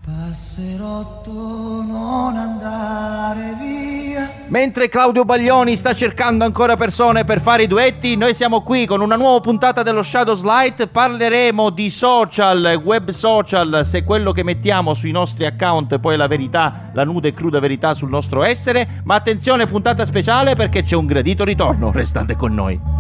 Passerotto, non andare via. Mentre Claudio Baglioni sta cercando ancora persone per fare i duetti, noi siamo qui con una nuova puntata dello Shadows Light. Parleremo di social, web social, se quello che mettiamo sui nostri account poi è la verità, la nuda e cruda verità sul nostro essere. Ma attenzione, puntata speciale perché c'è un gradito ritorno. Restate con noi.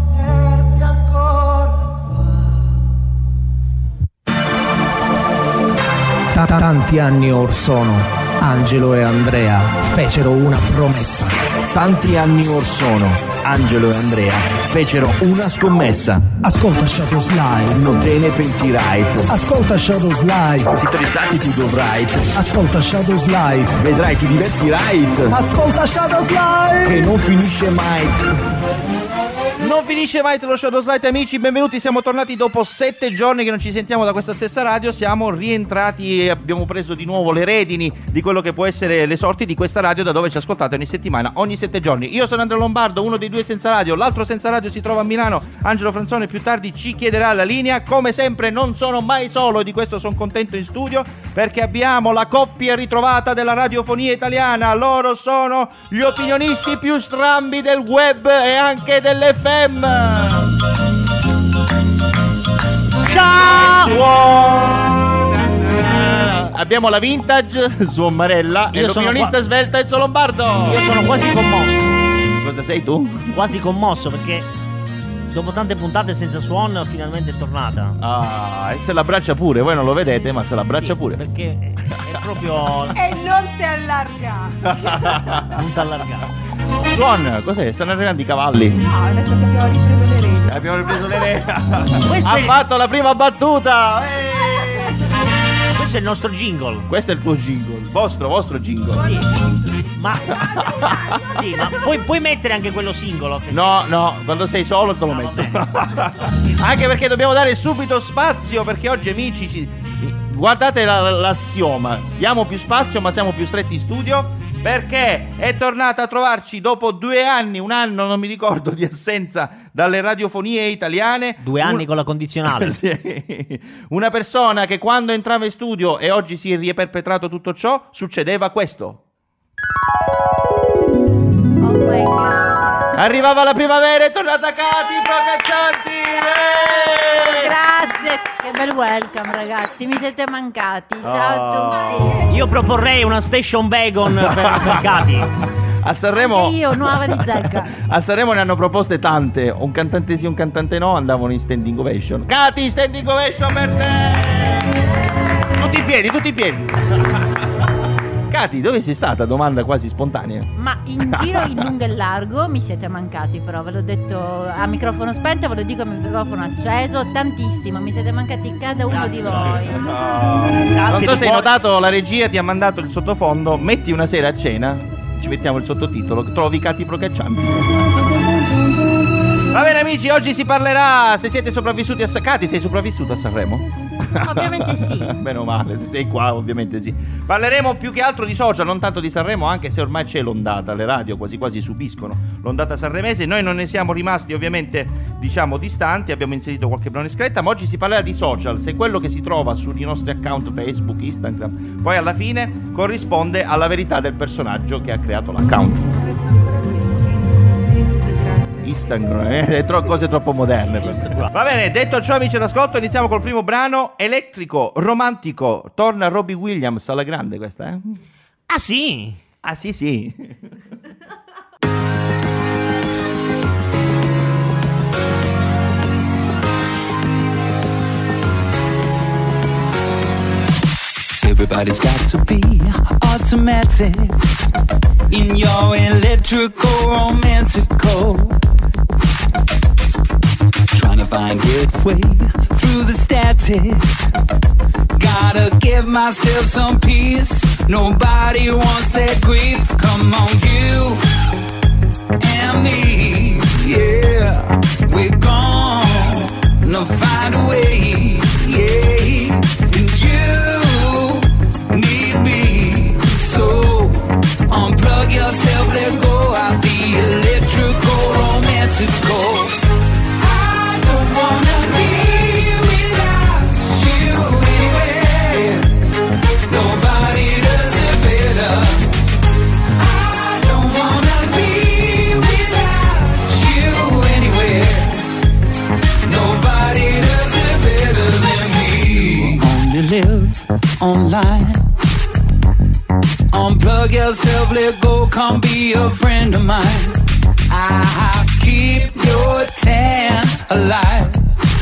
Tanti anni or sono, Angelo e Andrea fecero una promessa. Tanti anni or sono, Angelo e Andrea fecero una scommessa. Ascolta Shadows Live, non te ne pentirai. ascolta Shadows Live, Sintonizzati tu dovrai. ascolta Shadows Live, Vedrai, ti divertirai. ascolta Shadows Live. Che non finisce mai. Non finisce mai lo Shadows Light, amici, benvenuti, siamo tornati dopo 7 giorni che non ci sentiamo da questa stessa radio, siamo rientrati e abbiamo preso di nuovo le redini di quello che può essere le sorti di questa radio da dove ci ascoltate ogni settimana, ogni 7 giorni. Io sono Andrea Lombardo, uno dei due senza radio, l'altro senza radio si trova a Milano, Angelo Franzone più tardi ci chiederà la linea. Come sempre non sono mai solo, di questo sono contento in studio, perché abbiamo la coppia ritrovata della radiofonia italiana, loro sono gli opinionisti più strambi del web e anche dell'FM. Ciao! Abbiamo la vintage Suon Marella e l'opinionista svelta Enzo Lombardo. Io sono quasi commosso. Cosa sei tu? Quasi commosso perché dopo tante puntate senza Suon finalmente è tornata. Ah, e se l'abbraccia pure, voi non lo vedete ma se l'abbraccia pure. Perché è proprio E non ti allargare. non t'allargare. Suon, cos'è? Stanno arrivando i cavalli. No, adesso che abbiamo ripreso le reti. Abbiamo ripreso le reti. Questo Ha è- fatto la prima battuta. Questo è il nostro jingle. Questo è il tuo jingle, vostro jingle. Ma sì, ma puoi mettere anche quello singolo. Che... No, quando sei solo te lo metto. Anche perché dobbiamo dare subito spazio, perché oggi, amici, guardate l'assioma. Diamo più spazio ma siamo più stretti in studio, perché è tornata a trovarci dopo 2 anni, un anno non mi ricordo, di assenza dalle radiofonie italiane. 2 anni con la condizionale. Sì. Una persona che quando entrava in studio, e oggi si è riperpetrato tutto ciò, succedeva questo. Oh my god. Arrivava la primavera, è tornata Cati Procaccianti. Grazie. Che bel welcome, ragazzi. Mi siete mancati. Ciao a tutti. Io proporrei una station wagon per Cati. A Sanremo, Anche io, nuova di zecca. a Sanremo ne hanno proposte tante. Un cantante sì, un cantante no, andavano in standing ovation. Cati, standing ovation per te. Tutti in piedi. Cati, dove sei stata? Domanda quasi spontanea. Ma in giro in lungo e largo mi siete mancati, però ve l'ho detto a microfono spento, ve lo dico a microfono acceso, tantissimo, mi siete mancati cada uno di voi. Non so se hai notato, la regia ti ha mandato il sottofondo. Metti una sera a cena, ci mettiamo il sottotitolo, trovi Cati Procaccianti. Va bene, amici, oggi si parlerà se siete sopravvissuti a Cati. Sei sopravvissuto a Sanremo? Ovviamente sì. Meno male, se sei qua ovviamente sì. Parleremo più che altro di social, non tanto di Sanremo, anche se ormai c'è l'ondata, le radio quasi quasi subiscono l'ondata sanremese. Noi non ne siamo rimasti ovviamente, diciamo, distanti, abbiamo inserito qualche brano in scaletta, ma oggi si parlerà di social, se quello che si trova sui nostri account Facebook, Instagram, poi alla fine corrisponde alla verità del personaggio che ha creato l'account. Instagram, cose troppo moderne. Va bene, detto ciò, amici d'ascolto, iniziamo col primo brano, elettrico, romantico. Torna Robbie Williams alla grande questa, eh? Ah sì? Ah sì. Everybody's got to be automatic in your electrical romantical. Trying to find good way through the static. Gotta give myself some peace. Nobody wants that grief. Come on, you and me. Yeah, we're gonna find a way. Yeah, and you need me. So unplug yourself, let go of the electrical romantical. I don't wanna be without you anywhere. Nobody online. Unplug yourself, let go, come be a friend of mine. I'll keep your tan alive.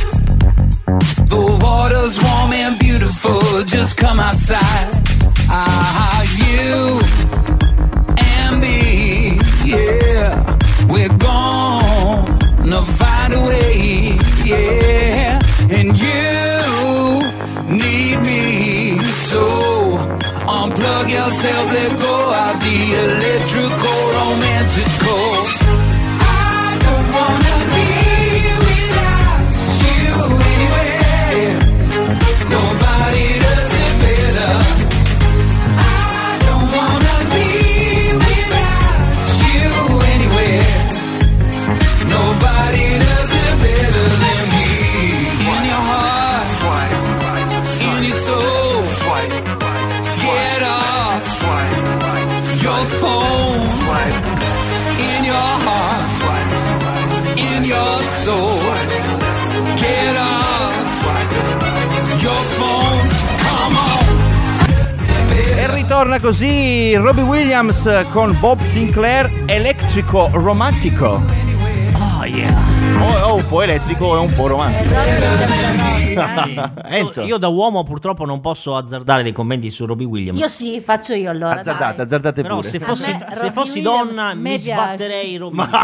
The water's warm and beautiful, just come outside. You and me, yeah, we're gonna find a way, yeah. And you need me, so unplug yourself, let go of the electrical, romantical. I don't wanna be without you anywhere. Nobody does it better. I don't wanna be without you anywhere. Nobody does it better than me. In your heart, in your soul, get off your phone. In your heart, in your soul, get off your phone. Come on. E ritorna così Robbie Williams con Bob Sinclair, Electrico Romantico. Oh yeah. Un po' elettrico e un po' romantico. Enzo. Io da uomo purtroppo non posso azzardare dei commenti su Robbie Williams. Io sì, faccio io allora. Azzardate Però pure. se fossi Robbie donna Williams, mi me piace. sbatterei Robbie No,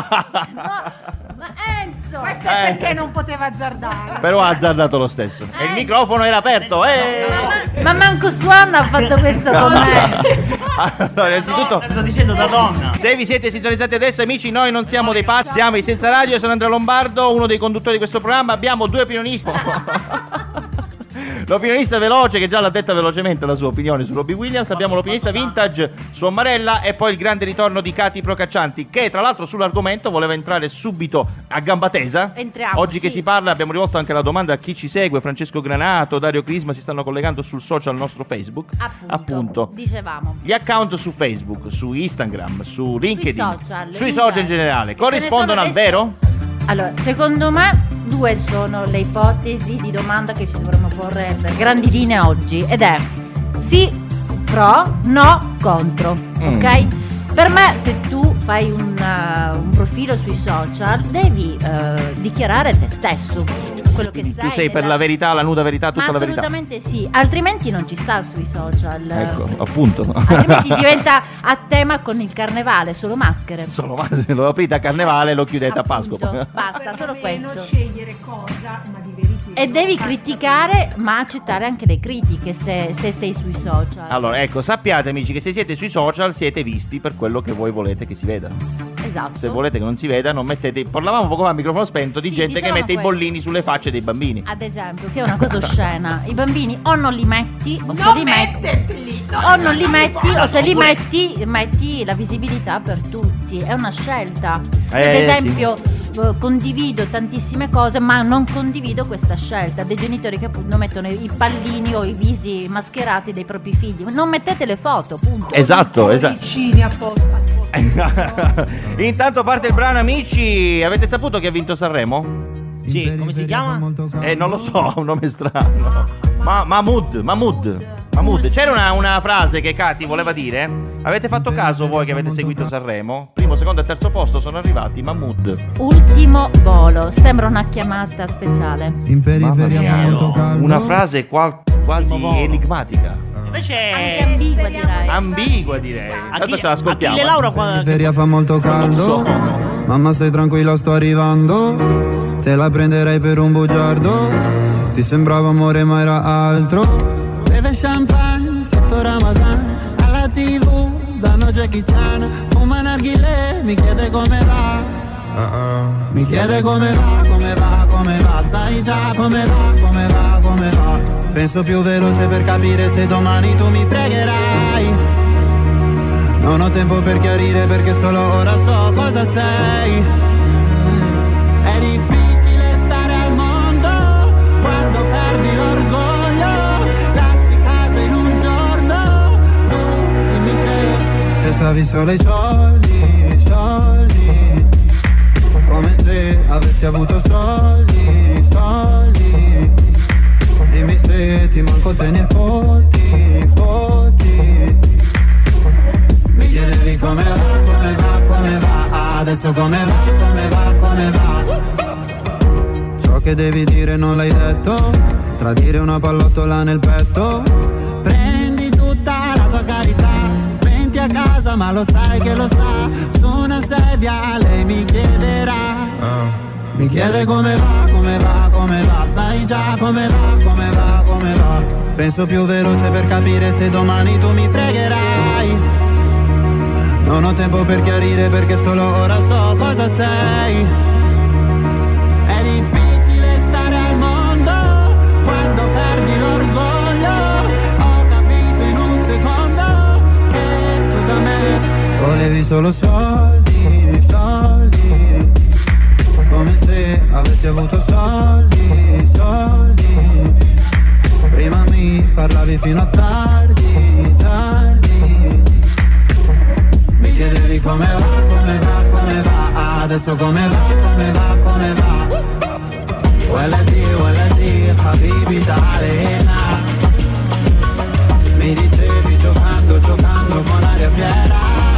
ma Enzo! Questo è perché non poteva azzardare. Però ha azzardato lo stesso. E il microfono era aperto. Ma manco Swan ha fatto questo con me. Allora, innanzitutto, sta dicendo da donna. se vi siete sintonizzati adesso, amici, noi non siamo dei pazzi, siamo i Senza Radio. Sono Andrea Lombardo, uno dei conduttori di questo programma. Abbiamo due opinionisti. L'opinionista veloce che già l'ha detta velocemente la sua opinione su Robbie Williams. Abbiamo l'opinionista vintage su Ommarella e poi il grande ritorno di Cati Procaccianti, che tra l'altro sull'argomento voleva entrare subito a gamba tesa. Entriamo, Oggi che sì. si parla, abbiamo rivolto anche la domanda a chi ci segue. Francesco Granato, Dario Crisma si stanno collegando sul social nostro Facebook. Appunto. Dicevamo. Gli account su Facebook, su Instagram, su LinkedIn, social, sui social in generale, Ce ne corrispondono sono al vero? Allora, secondo me due sono le ipotesi di domanda che ci dovremmo porre per grandi linee oggi, ed è sì, pro, no, contro, ok? Per me, se tu fai un profilo sui social, devi dichiarare te stesso, quello che Quindi sei. tu sei per la verità, la nuda verità, tutta la verità. Assolutamente sì, altrimenti non ci sta sui social. Ecco, appunto. Altrimenti diventa a tema con il carnevale, solo maschere. Solo, ma se lo aprite a carnevale e lo chiudete a Pasqua. Appunto, basta, solo Perlomeno questo. scegliere cosa, ma di verità. E devi criticare, ma accettare anche le critiche se sei sui social. Allora, ecco, sappiate amici che se siete sui social siete visti per quello che voi volete che si veda. Esatto. Se volete che non si veda, non mettete. Parlavamo poco fa a microfono spento di Sì, gente che dicevamo mette i questo. bollini sulle facce dei bambini. Ad esempio, che è una cosa oscena. I bambini o non li metti, o se Non li metti, metterli! o non li metti, o se li metti la visibilità per tutti. È una scelta. Io, ad esempio, condivido tantissime cose, ma non condivido questa scelta dei genitori che appunto mettono i pallini o i visi mascherati dei propri figli. Non mettete le foto, punto. Esatto. Vicini a posto. Intanto parte il brano, amici. Avete saputo chi ha vinto Sanremo? Sì, come si chiama? Non lo so, ha un nome strano. Mahmood. C'era una frase che Cati voleva dire. Avete fatto caso voi che avete seguito Sanremo? Primo, secondo e terzo posto sono arrivati Mahmood. Ultimo volo, sembra una chiamata speciale. In periferia fa molto caldo. Una frase quasi enigmatica. Invece Anche ambigua, direi. Ambigua, direi. Intanto ce l'ascoltiamo. Achille Laura qua. Periferia fa molto caldo. Mamma stai tranquilla, sto arrivando. Te la prenderei per un bugiardo. Ti sembrava amore ma era altro. Beve champagne sotto Ramadan. Alla TV danno Jackie Chan. Fuma narghile, mi chiede come va. Mi chiede come va. Sai già come va. Penso più veloce per capire se domani tu mi fregherai. Non ho tempo per chiarire perché solo ora so cosa sei. È difficile stare al mondo quando perdi l'orgoglio. Lasci casa in un giorno. Tu dimmi se pensavi solo ai soldi. Come se avessi avuto soldi. Dimmi se se ti manco te ne fotti, fotti. Mi chiedevi come va, come va, come va. Adesso come va, come va, come va. Ciò che devi dire non l'hai detto. Tradire una pallottola nel petto. Prendi tutta la tua carità. Menti a casa ma lo sai che lo sa. Su una sedia lei mi chiederà. Mi chiede come va, come va, come va. Sai già come va, come va, come va. Penso più veloce per capire se domani tu mi fregherai. Non ho tempo per chiarire perché solo ora so cosa sei. È difficile stare al mondo quando perdi l'orgoglio. Ho capito in un secondo che tu da me volevi solo soldi, soldi. Come se avessi avuto soldi, soldi. Prima mi parlavi fino a tardi, tardi. Mi chiedevi come va, come va, come va. Adesso come va, come va, come va. Waladi, habibi ta'alena. Mi dicevi giocando, giocando con aria fiera.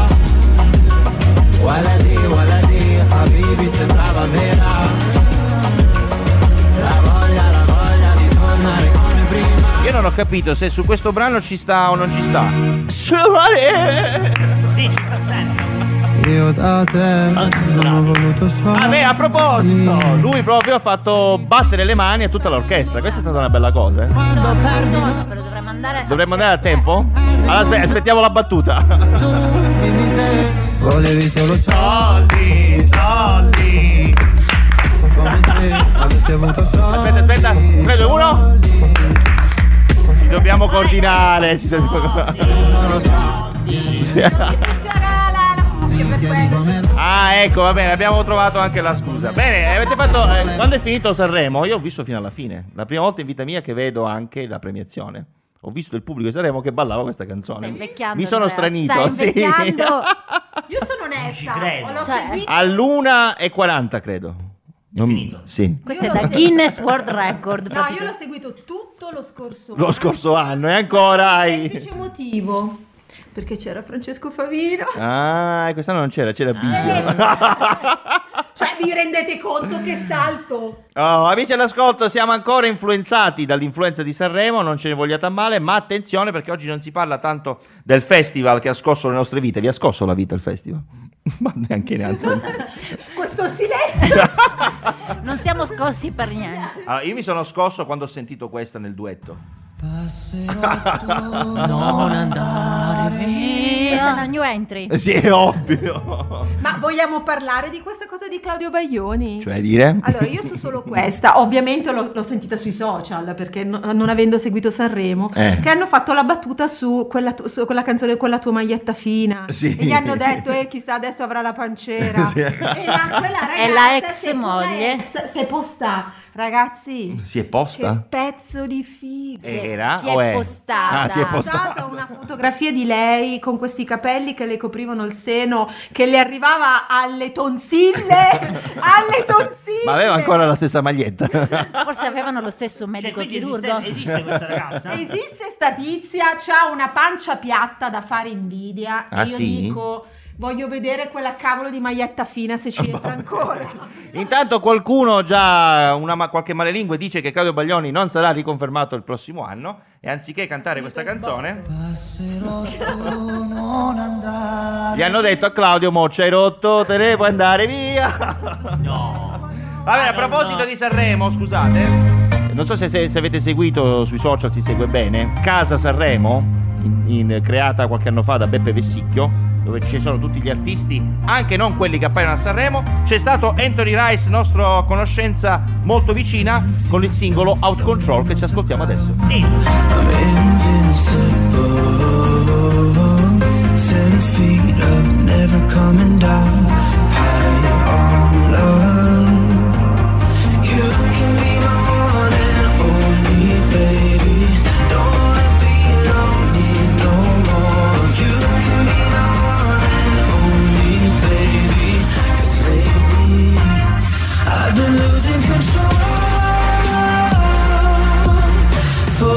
Waladi, habibi sembrava vera. La voglia di tornare come prima. Io non ho capito se su questo brano ci sta o non ci sta. Sì, ci sta sempre. Io da te non ho voluto soldi. Vabbè, a proposito, lui proprio ha fatto battere le mani a tutta l'orchestra. Questa è stata una bella cosa, Quando perdi Però Dovremmo andare a tempo? Allora aspettiamo la battuta. tu dimmi se volevi solo Soldi, soldi. come se avessi avuto soldi. Aspetta, 3, 2, 1. Ci dobbiamo coordinare. Non lo so. Ah, ecco, va bene, abbiamo trovato anche la scusa. Bene, avete fatto. Quando è finito Sanremo, io ho visto fino alla fine. La prima volta in vita mia che vedo anche la premiazione. Ho visto il pubblico di Sanremo che ballava questa canzone. Stai invecchiando, Mi sono Andrea, stranito, stai sì. invecchiando. Io sono onesta, ci credo. l'ho Cioè, seguito. All'1:40, credo. finito? Sì. Questo è da Guinness World Record. No, io l'ho seguito tutto lo scorso Lo scorso anno e ancora hai. semplice motivo. Perché c'era Francesco Favino. Ah, quest'anno non c'era Bisio. Cioè, vi rendete conto che salto? Oh, amici all'ascolto, siamo ancora influenzati dall'influenza di Sanremo, non ce ne vogliate a male, ma attenzione perché oggi non si parla tanto del festival che ha scosso le nostre vite. Vi ha scosso la vita il festival? Ma neanche. Questo silenzio. Non siamo scossi per niente. Allora, io mi sono scosso quando ho sentito questa nel duetto. Non andare Questa è via. una new entry. Sì, è ovvio. Ma vogliamo parlare di questa cosa di Claudio Baglioni? Cioè dire? Allora, io so solo questa, ovviamente l'ho sentita sui social, perché non avendo seguito Sanremo, che hanno fatto la battuta su quella canzone con la tua maglietta fina, Sì. e gli hanno detto, chissà adesso avrà la pancera, Sì. e quella ragazza, È la ex moglie. si è posta, ragazzi, Si è posta? che pezzo di figa. Era Si è o è? postata. Ah, si è È postata. stata una fotografia di lei con questi capelli che le coprivano il seno, che le arrivava alle tonsille, alle tonsille. Ma aveva ancora la stessa maglietta. Forse avevano lo stesso Cioè, medico quindi chirurgo. esiste questa ragazza? Esiste sta tizia, c'ha una pancia piatta da fare invidia, Ah, e io sì? dico, voglio vedere quella cavolo di maglietta fina se ci entra ancora. Intanto qualcuno già, qualche malelingue dice che Claudio Baglioni non sarà riconfermato il prossimo anno e anziché cantare questa canzone gli hanno detto a Claudio: mo ci hai rotto, te ne puoi andare via. No. Vabbè, a proposito di Sanremo, scusate, non so se avete seguito sui social, si segue bene Casa Sanremo, creata qualche anno fa da Beppe Vessicchio, dove ci sono tutti gli artisti, anche non quelli che appaiono a Sanremo. C'è stato Anthony Rice, nostra conoscenza molto vicina, con il singolo Out Control che ci ascoltiamo adesso. Sì. I'm invincible, 10 feet up, never coming down, high on love. You can be my one and only, baby. Don't wanna be lonely no more. You can be my one and only, baby. 'Cause lately I've been losing control. For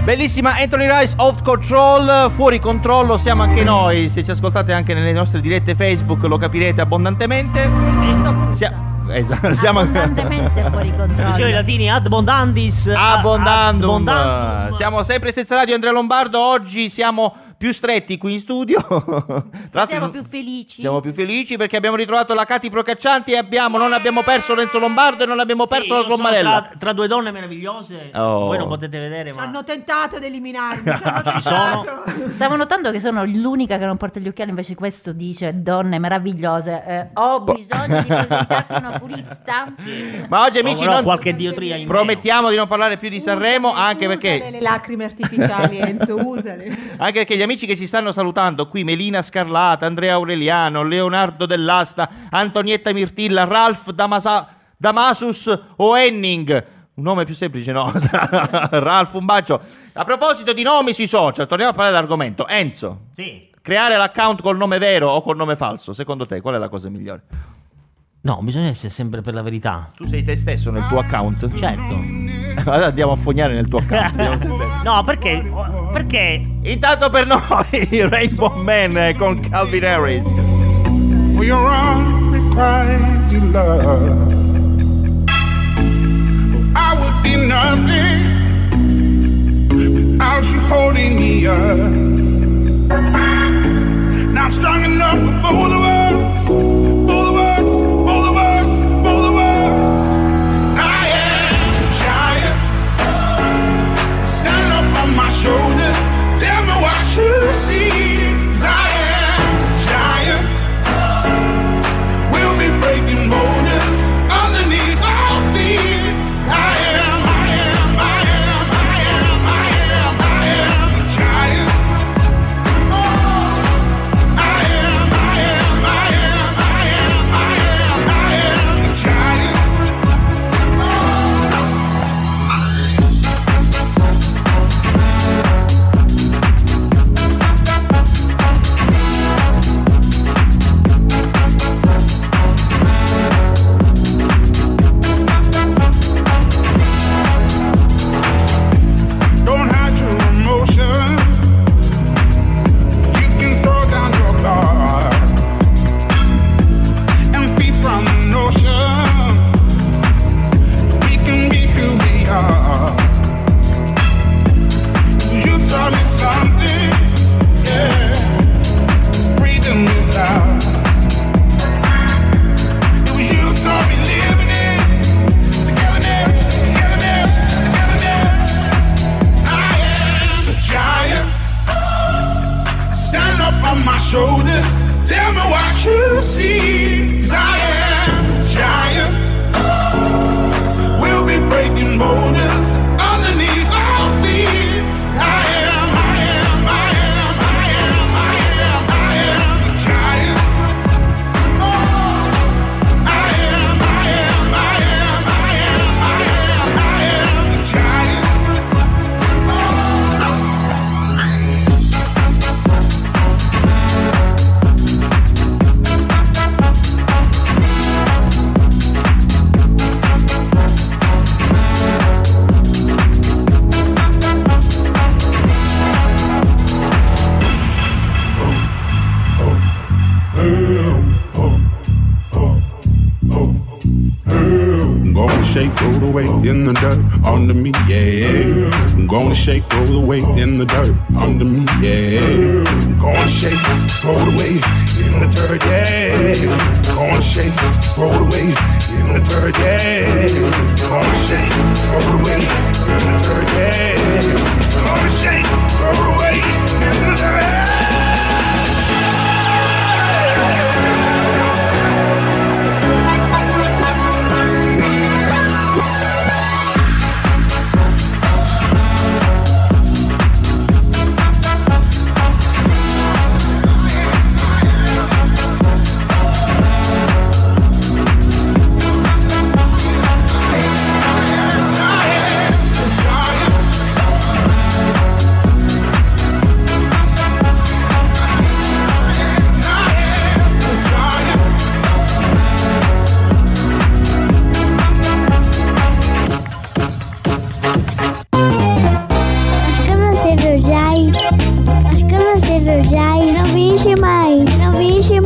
Bellissima Anthony Rice, Off Control, fuori controllo siamo anche noi. Se ci ascoltate anche nelle nostre dirette Facebook lo capirete abbondantemente. Esatto, siamo abbondantemente fuori controllo. Diceva i latini ad abundandis, abbondandum. Siamo sempre senza radio, Andrea Lombardo. Oggi siamo più stretti qui in studio. Siamo più felici. Siamo più felici perché abbiamo ritrovato la Cati Procaccianti e non abbiamo perso Renzo Lombardo e non abbiamo perso la Slombarella. Tra due donne meravigliose. Voi non potete vedere, ma hanno tentato di eliminarmi. Ci sono. Stavo notando che sono l'unica che non porta gli occhiali, invece questo dice donne meravigliose. Ho bisogno di presentarti una purista. Sì. Ma oggi amici non qualche diotria in promettiamo di non parlare più di Sanremo, anche perché le lacrime artificiali, Enzo, usale. Anche perché gli amici che ci stanno salutando qui, Melina Scarlata, Andrea Aureliano, Leonardo Dell'Asta, Antonietta Mirtilla, Ralph Damasus o Henning. Un nome più semplice, no? Ralph, un bacio. A proposito di nomi sui social, torniamo a parlare dell'argomento. Enzo, sì. Creare l'account col nome vero o col nome falso? Secondo te qual è la cosa migliore? No, bisogna essere sempre per la verità. Tu sei te stesso nel tuo account? Certo. Allora andiamo a fognare nel tuo account. No, perché? Intanto per noi Rainbow Man con Calvin Harris. For your unrequited love, I would be nothing without you holding me up. Now I'm strong enough for both of us, both of us, both of us, both of us. I am a giant. Stand up on my shoulders. Tell me what you see. 'Cause I am a giant. We'll be breaking borders underneath our feet. I am a giant. Oh, I am a giant. Don't hide your emotion. You can throw down your guard and feed from the notion. We can be who we are. You taught me something, yeah. Freedom is ours. It was you taught me living it. Togetherness, togetherness, togetherness. I am a giant. Stand up on my shoulders. Tell me what you see. 'Cause I am a giant. We'll be breaking borders underneath our feet. I am a giant. Oh, I am a giant. I'm gonna shake, roll away in the dirt under me, yeah. I'm gonna shake, roll away in the dirt under me, yeah. I'm gonna shake, throw it away in the dirt, yeah. I'm gonna shake, throw it away in the dirt, yeah. I'm gonna shake, throw it away in the dirt, yeah. I'm gonna shake, throw it away in the dirt.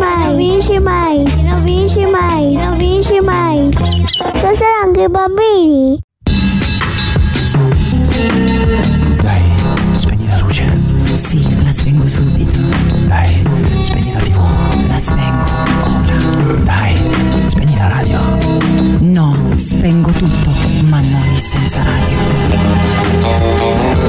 mai, non finisce mai, non finisce mai, non finisce mai. Lo saranno anche i bambini. Dai, spegni la luce. Sì, la spengo subito. Dai, spegni la TV. La spengo ora. Dai, spegni la radio. No, spengo tutto, ma non il senza radio.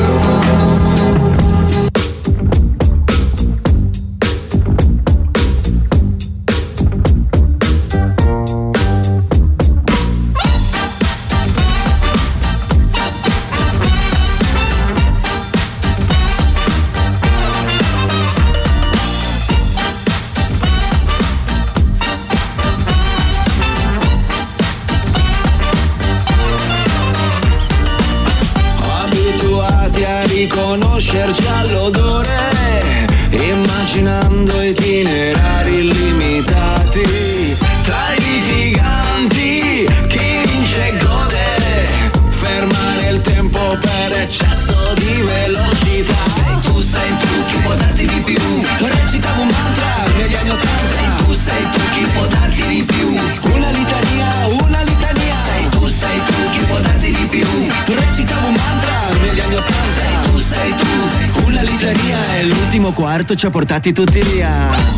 Riconoscerci all'odore, immaginando itinerari illimitati. Tra i litiganti, chi vince e gode, fermare il tempo per eccesso di velocità. Sei tu, chi può darti di più? Recitavo un mantra negli anni 80. Sei tu, chi può darti di più? Una litania, una litania. Sei tu, chi può darti di più? Recitavo un mantra negli anni 80. Sei tu, una litania e l'ultimo quarto ci ha portati tutti via.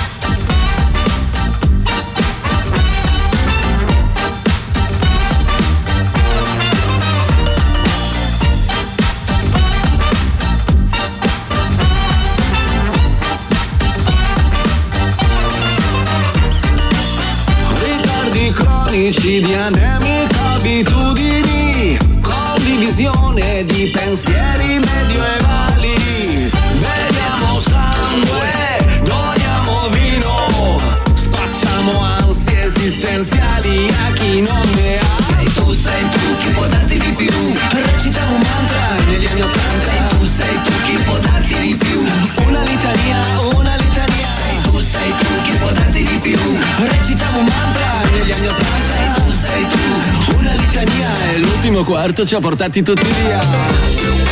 Ritardi cronici di anemica abitudini, condivisione di pensieri medioevali. Beviamo sangue, doniamo vino, spacciamo ansie esistenziali a chi non ne ha. Sei tu, chi può darti di più? Recitavo un mantra negli anni 80. Sei tu, chi può darti di più? Una litania, una litania. Sei tu, chi può darti di più? Recitavo un mantra negli anni 80. Sei tu, una litania e l'ultimo quarto ci ha portati tutti via.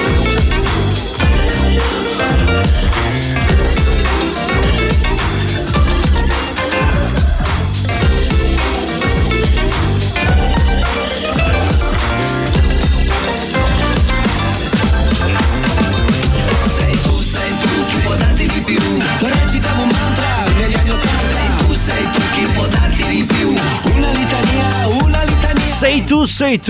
Recitavo un mantra negli anni 80. Sei tu, chi può darti di più? Una litania, una litania. Sei tu,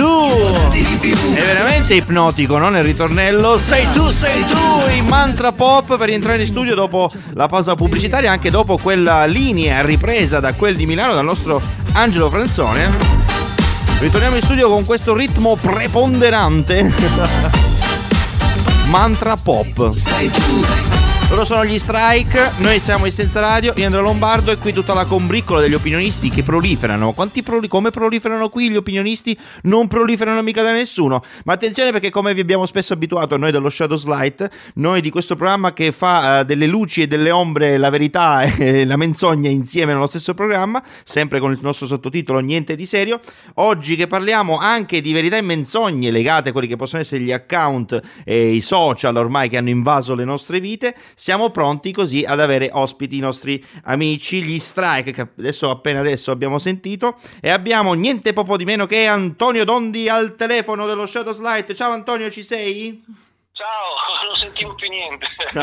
è veramente ipnotico, no? Nel ritornello sei tu, il mantra pop per rientrare in studio dopo la pausa pubblicitaria, anche dopo quella linea ripresa da quel di Milano dal nostro Angelo Franzone. Ritorniamo in studio con questo ritmo preponderante. Mantra pop. Sei tu. Loro sono gli Strike, noi siamo i Senza Radio, io Andrea Lombardo e qui tutta la combriccola degli opinionisti che proliferano. Come proliferano qui gli opinionisti? Non proliferano mica da nessuno. Ma attenzione, perché come vi abbiamo spesso abituato noi dello Shadows Light, noi di questo programma che fa delle luci e delle ombre, la verità e la menzogna insieme nello stesso programma, sempre con il nostro sottotitolo Niente di serio, oggi che parliamo anche di verità e menzogne legate a quelli che possono essere gli account e i social ormai che hanno invaso le nostre vite, siamo pronti così ad avere ospiti i nostri amici, gli Strike, che appena adesso abbiamo sentito, e abbiamo niente poco di meno che Antonio Dondi al telefono dello Shadows Light. Ciao Antonio, ci sei? Ciao, non sentivo più niente.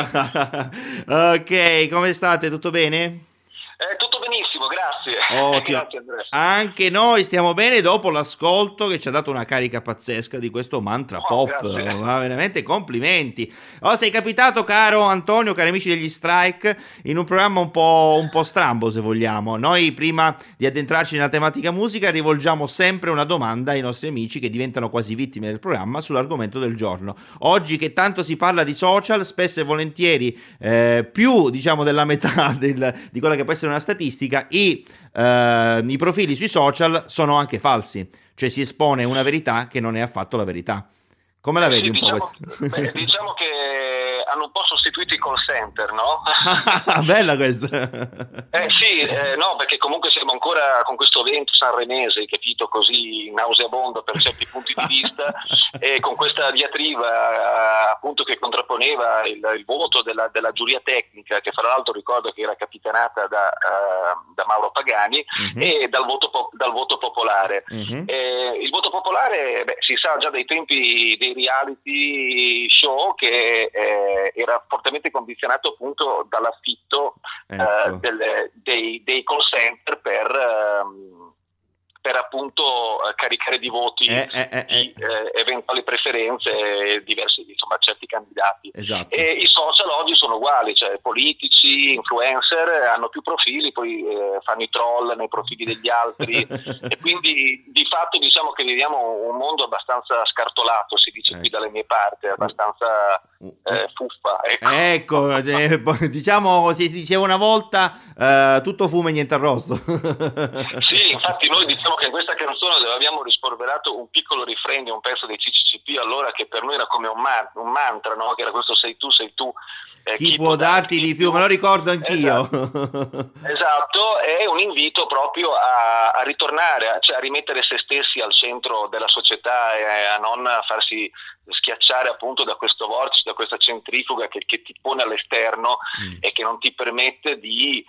Ok, come state? Tutto bene? Tutto benissimo, grazie. Ottimo. Grazie Andrea. Anche noi stiamo bene dopo l'ascolto che ci ha dato una carica pazzesca di questo mantra pop. Ma veramente complimenti. Sei capitato, caro Antonio, cari amici degli Strike, in un programma un po' strambo, se vogliamo. Noi prima di addentrarci nella tematica musica rivolgiamo sempre una domanda ai nostri amici che diventano quasi vittime del programma sull'argomento del giorno. Oggi che tanto si parla di social, spesso e volentieri più diciamo della metà di quella che può essere una statistica, i profili sui social sono anche falsi, cioè si espone una verità che non è affatto la verità. Come la vedi sì, un po' questa? Diciamo che hanno un po' sostituito i call center, no? Bella questa. Sì, no, perché comunque siamo ancora con questo vento sanremese, capito, così nauseabondo per certi punti di vista, e con questa diatriba appunto che contrapponeva il voto della giuria tecnica, che fra l'altro ricordo che era capitanata da Mauro Pagani, e dal voto popolare. Il voto popolare, si sa già dai tempi dei reality show che era fortemente condizionato appunto dall'affitto dei call center per appunto caricare di voti di eventuali preferenze diverse, insomma, certi candidati. Esatto. E i social oggi sono uguali, cioè politici, influencer hanno più profili, poi fanno i troll nei profili degli altri e quindi di fatto diciamo che viviamo un mondo abbastanza scartolato, si dice qui dalle mie parti, abbastanza fuffa. Ecco, diciamo, si diceva una volta tutto fumo e niente arrosto. Sì, infatti noi diciamo che in questa canzone dove abbiamo rispolverato un piccolo refrain di un pezzo dei CCCP, allora, che per noi era come un mantra, no? Che era questo sei tu. Chi può darti di più? Me lo ricordo anch'io. Esatto, è un invito proprio a ritornare, a rimettere se stessi al centro della società e a non farsi schiacciare appunto da questo vortice, da questa centrifuga che ti pone all'esterno e che non ti permette di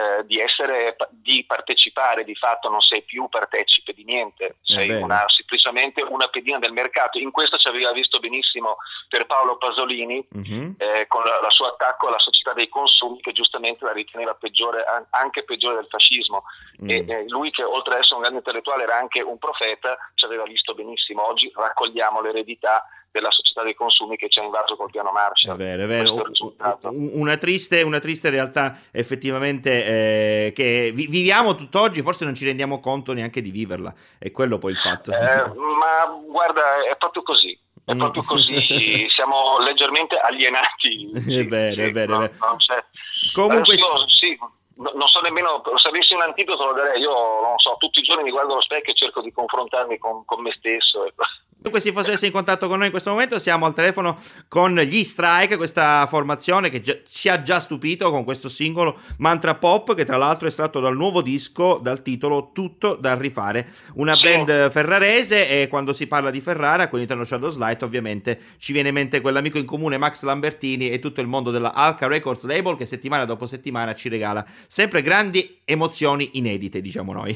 partecipare. Di fatto non sei più partecipe di niente, sei semplicemente una pedina del mercato. In questo ci aveva visto benissimo per Paolo Pasolini con la suo attacco alla società dei consumi, che giustamente la riteneva peggiore, anche peggiore del fascismo, e lui, che oltre ad essere un grande intellettuale era anche un profeta, ci aveva visto benissimo. Oggi raccogliamo l'eredità della società dei consumi che ci ha invaso col piano Marshall. È vero. Una triste realtà effettivamente che viviamo tutt'oggi, forse non ci rendiamo conto neanche di viverla, è quello poi il fatto. Ma guarda, è proprio così. È proprio così, siamo leggermente alienati. È vero. Non c'è. Comunque non so nemmeno, se avessi un antidoto lo darei. Io non so, tutti i giorni mi guardo allo specchio e cerco di confrontarmi con me stesso. Dunque, se fosse in contatto con noi in questo momento, siamo al telefono con gli Strike, questa formazione che ci ha già stupito con questo singolo Mantra Pop, che tra l'altro è estratto dal nuovo disco dal titolo Tutto da rifare, una band ferrarese. E quando si parla di Ferrara con Internal Shadows Light ovviamente ci viene in mente quell'amico in comune Max Lambertini e tutto il mondo della Alka Records label, che settimana dopo settimana ci regala sempre grandi emozioni inedite, diciamo noi.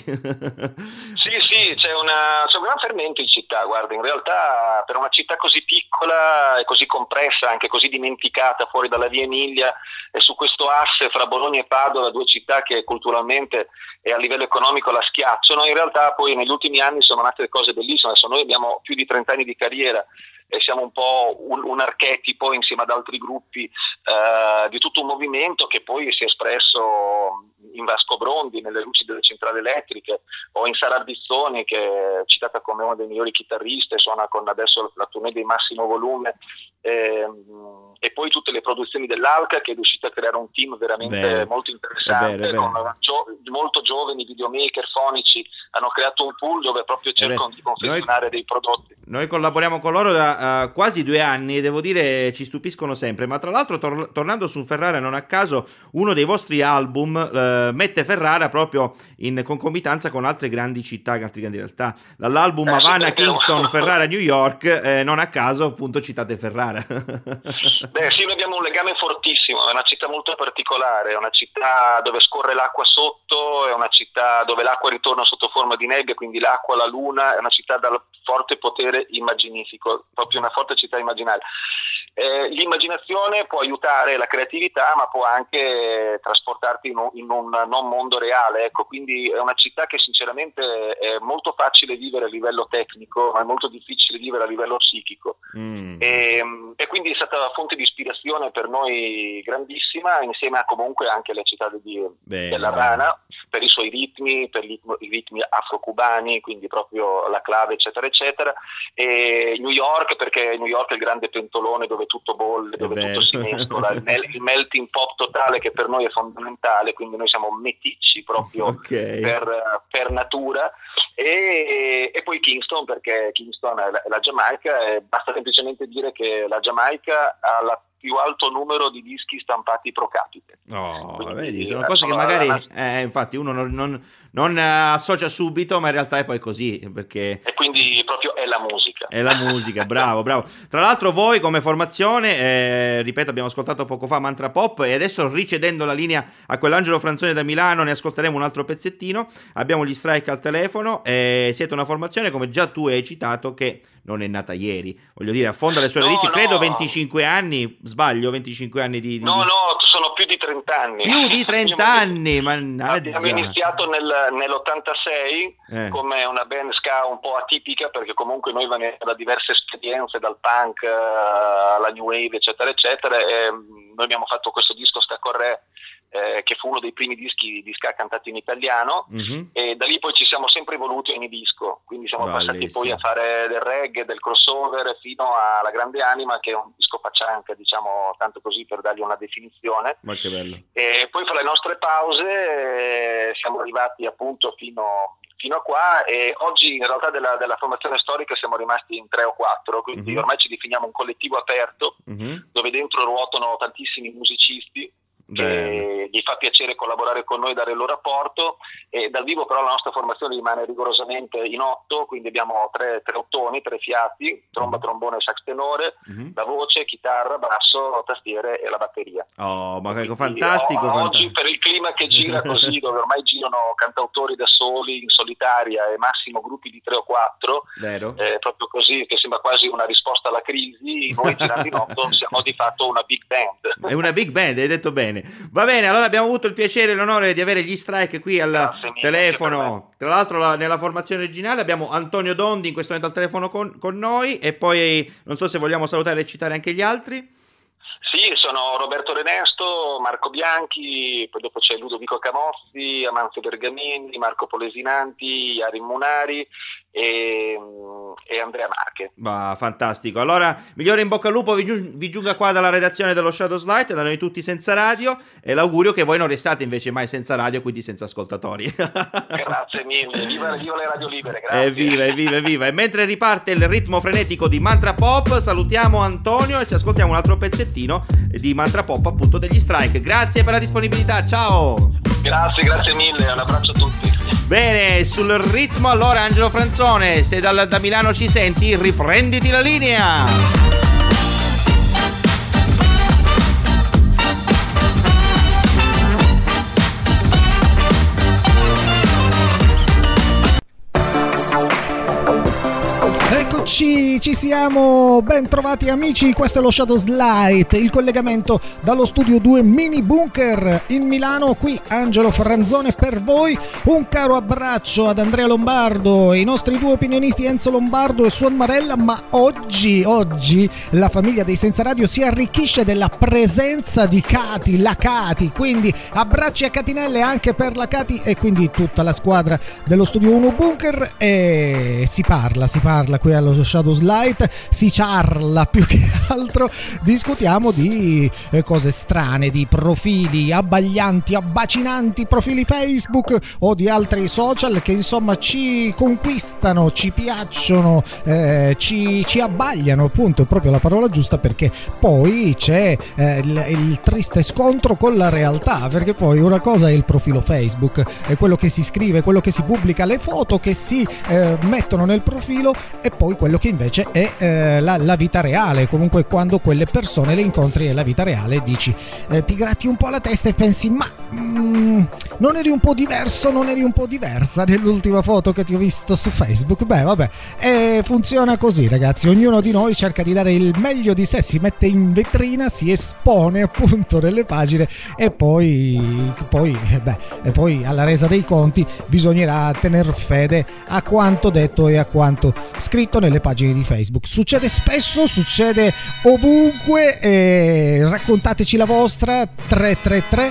Sì, c'è un gran fermento in città, guarda, in realtà per una città così piccola e così compressa, anche così dimenticata fuori dalla Via Emilia, e su questo asse fra Bologna e Padova, due città che culturalmente e a livello economico la schiacciano, in realtà poi negli ultimi anni sono nate delle cose bellissime. Adesso noi abbiamo più di 30 anni di carriera e siamo un po' un archetipo insieme ad altri gruppi di tutto un movimento che poi si è espresso in Vasco Brondi, nelle luci delle centrali elettriche, o in Sara Arbizzoni, che è citata come uno dei migliori chitarristi e suona con adesso la tournée di massimo volume, e poi tutte le produzioni dell'Alka, che è riuscita a creare un team veramente molto interessante, con molto giovani videomaker fonici. Hanno creato un pool dove proprio cercano di confezionare dei prodotti. Noi collaboriamo con loro da quasi 2 anni e devo dire ci stupiscono sempre. Ma tra l'altro, tornando su Ferrara, non a caso uno dei vostri album mette Ferrara proprio in concomitanza con altre grandi città, altre grandi realtà. Dall'album Havana, Kingston, Ferrara, New York, non a caso appunto citate Ferrara. Sì, noi abbiamo un legame fortissimo, è una città molto particolare, è una città dove scorre l'acqua sotto, è una città dove l'acqua ritorna sotto forma di nebbia, quindi l'acqua, la luna, è una città dal forte potere immaginifico, proprio una forte città immaginaria. L'immaginazione può aiutare la creatività, ma può anche trasportarti in un non mondo reale, ecco. Quindi è una città che sinceramente è molto facile vivere a livello tecnico, ma è molto difficile vivere a livello psichico. E quindi è stata fonte di ispirazione per noi grandissima, insieme a comunque anche la città dell'Havana, per i suoi ritmi, per i ritmi afro-cubani, quindi proprio la clave, eccetera eccetera, e New York, perché New York è il grande pentolone dove tutto bolle, dove tutto si mescola, il melting pot totale, che per noi è fondamentale. Quindi noi siamo meticci proprio per natura, e poi Kingston, perché Kingston è la Giamaica, e basta semplicemente dire che la Giamaica ha la più alto numero di dischi stampati pro capite. Vedi, sono cose che magari infatti uno non associa subito, ma in realtà è poi così, perché e quindi proprio è la musica. È la musica, bravo. Tra l'altro voi come formazione, ripeto, abbiamo ascoltato poco fa Mantra Pop e adesso, ricedendo la linea a quell'Angelo Franzoni da Milano, ne ascolteremo un altro pezzettino. Abbiamo gli Strike al telefono e siete una formazione, come già tu hai citato, che non è nata ieri, voglio dire, affonda le sue radici, credo 25 anni, sbaglio, 25 anni di... No, sono più di 30 anni. Più di 30 anni, mannaggia. Abbiamo iniziato nell'86 come una band ska un po' atipica, perché comunque noi veniamo da diverse esperienze, dal punk alla new wave, eccetera, eccetera, e noi abbiamo fatto questo disco Ska Corre, che fu uno dei primi dischi di ska cantati in italiano, e da lì poi ci siamo sempre evoluti ogni disco, quindi siamo passati poi a fare del reggae, del crossover, fino alla Grande Anima, che è un disco paccianca, diciamo, tanto così per dargli una definizione. Ma che bello. E poi fra le nostre pause siamo arrivati appunto fino a qua, e oggi in realtà della formazione storica siamo rimasti in 3 o 4, quindi ormai ci definiamo un collettivo aperto, dove dentro ruotano tantissimi musicisti, che gli fa piacere collaborare con noi e dare il loro apporto, e dal vivo però la nostra formazione rimane rigorosamente in 8, quindi abbiamo 3 ottoni, 3 fiati, tromba, trombone, sax tenore, la voce, chitarra, basso, tastiere e la batteria. Ma fantastico. Oggi per il clima che gira così, dove ormai girano cantautori da soli, in solitaria, e massimo gruppi di 3 o 4, proprio così, che sembra quasi una risposta alla crisi, noi girando in 8 siamo di fatto una big band. È una big band, hai detto bene. Va bene, allora abbiamo avuto il piacere e l'onore di avere gli Strike qui al telefono. Tra l'altro nella formazione originale abbiamo Antonio Dondi in questo momento al telefono con noi, e poi non so se vogliamo salutare e citare anche gli altri. Sì, sono Roberto Renesto, Marco Bianchi, poi dopo c'è Ludovico Camozzi, Amanzio Bergamini, Marco Polesinanti, Iarin Munari e Andrea Marche. Fantastico. Allora, migliore in bocca al lupo vi giunga qua dalla redazione dello Shadows Light, da noi tutti senza radio, e l'augurio che voi non restate invece mai senza radio, quindi senza ascoltatori. Grazie mille, viva le radio libere, grazie. Evviva. E mentre riparte il ritmo frenetico di Mantra Pop, salutiamo Antonio e ci ascoltiamo un altro pezzettino di Mantra Pop, appunto degli Strike. Grazie per la disponibilità, ciao. Grazie mille, un abbraccio a tutti. Bene, sul ritmo allora Angelo Franzone, se da Milano ci senti, riprenditi la linea. Eccoci, ci siamo, ben trovati amici, questo è lo Shadows Light, il collegamento dallo studio 2 Mini Bunker in Milano, qui Angelo Franzone per voi, un caro abbraccio ad Andrea Lombardo, i nostri 2 opinionisti Enzo Lombardo e Suon Marella, ma oggi la famiglia dei Senza Radio si arricchisce della presenza di Cati, la Cati, quindi abbracci a catinelle anche per la Cati e quindi tutta la squadra dello studio 1 Bunker, e si parla qui allo Shadows Light, si ciarla più che altro, discutiamo di cose strane, di profili abbaglianti, abbacinanti, profili Facebook o di altri social che insomma ci conquistano, ci piacciono, ci abbagliano, appunto, è proprio la parola giusta, perché poi c'è il triste scontro con la realtà, perché poi una cosa è il profilo Facebook, è quello che si scrive, quello che si pubblica, le foto che si mettono nel profilo, e poi quello che invece è la vita reale. Comunque quando quelle persone le incontri nella vita reale dici, ti gratti un po' la testa e pensi, ma non eri un po' diverso, non eri un po' diversa nell'ultima foto che ti ho visto su Facebook? Beh, vabbè, funziona così, ragazzi, ognuno di noi cerca di dare il meglio di sé, si mette in vetrina, si espone appunto nelle pagine, e poi alla resa dei conti bisognerà tener fede a quanto detto e a quanto scritto nelle pagine di Facebook. Succede spesso, succede ovunque, raccontateci la vostra. 333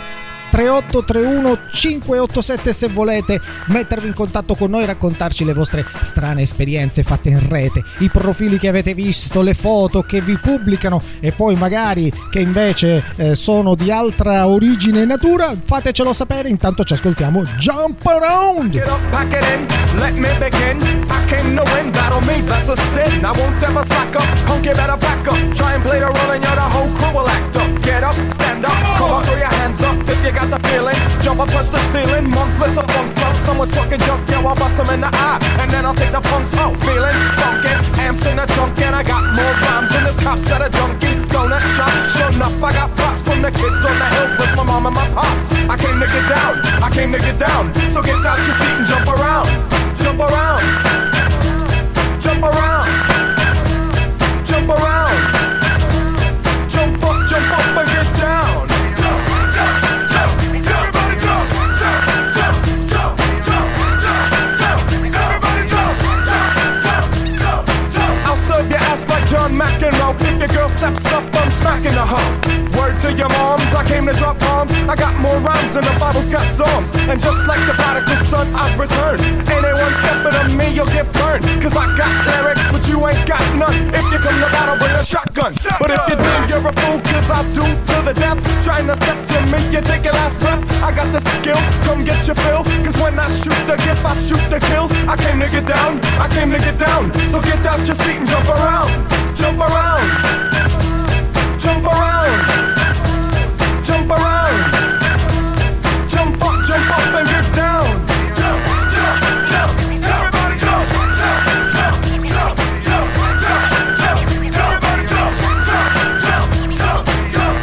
3831 587 se volete mettervi in contatto con noi, raccontarci le vostre strane esperienze fatte in rete, i profili che avete visto, le foto che vi pubblicano e poi magari che invece sono di altra origine e natura, fatecelo sapere. Intanto ci ascoltiamo Jump Around. Get up, pack it in, let me begin. I came to win, battle me, that's a sin. I won't ever slack up, punk, you better back up. Try and play the role and you're the whole crew will act up. Get up, stand up, come on, throw your hands up if you got the feeling. Jump up, touch the ceiling, monks, let's a funk flow. Someone's talking junk, yo, I'll bust them in the eye. And then I'll take the punks out, feeling funky. Amps in the trunk and I got more rhymes than this cops at a junkie. Donut shop, sure enough, I got props from the kids on the hill with my mom and my pops. I came to get down, I came to get down. So get out your seat and jump around, jump around, jump around, jump around, jump up and get down. Jump, jump, jump, everybody jump, jump, jump, jump, jump, jump, jump, everybody jump, jump, jump, jump, jump. I'll serve your ass like John McEnroe. If your girl steps up, I'm smacking the hoe. Word to your moms, I came to drop bombs. I got more rhymes than the Bible's got psalms. And just like the prodigal son, I've returned. Anyone stepping on me, you'll get burned. Cause I got lyrics, but you ain't got none. If you come to battle, bring a shotgun. But if you do, you're a fool, cause I'll do to the death. Trying to step to me, you take your last breath. I got the skill, come get your fill. Cause when I shoot the gift, I shoot the kill. I came to get down, I came to get down. So get out your seat and jump around. Jump around. Jump around. Jump around. Jump up and get down. Jump, jump, jump, everybody jump, jump, jump, jump, jump, jump, jump, everybody jump, jump, jump, jump, jump.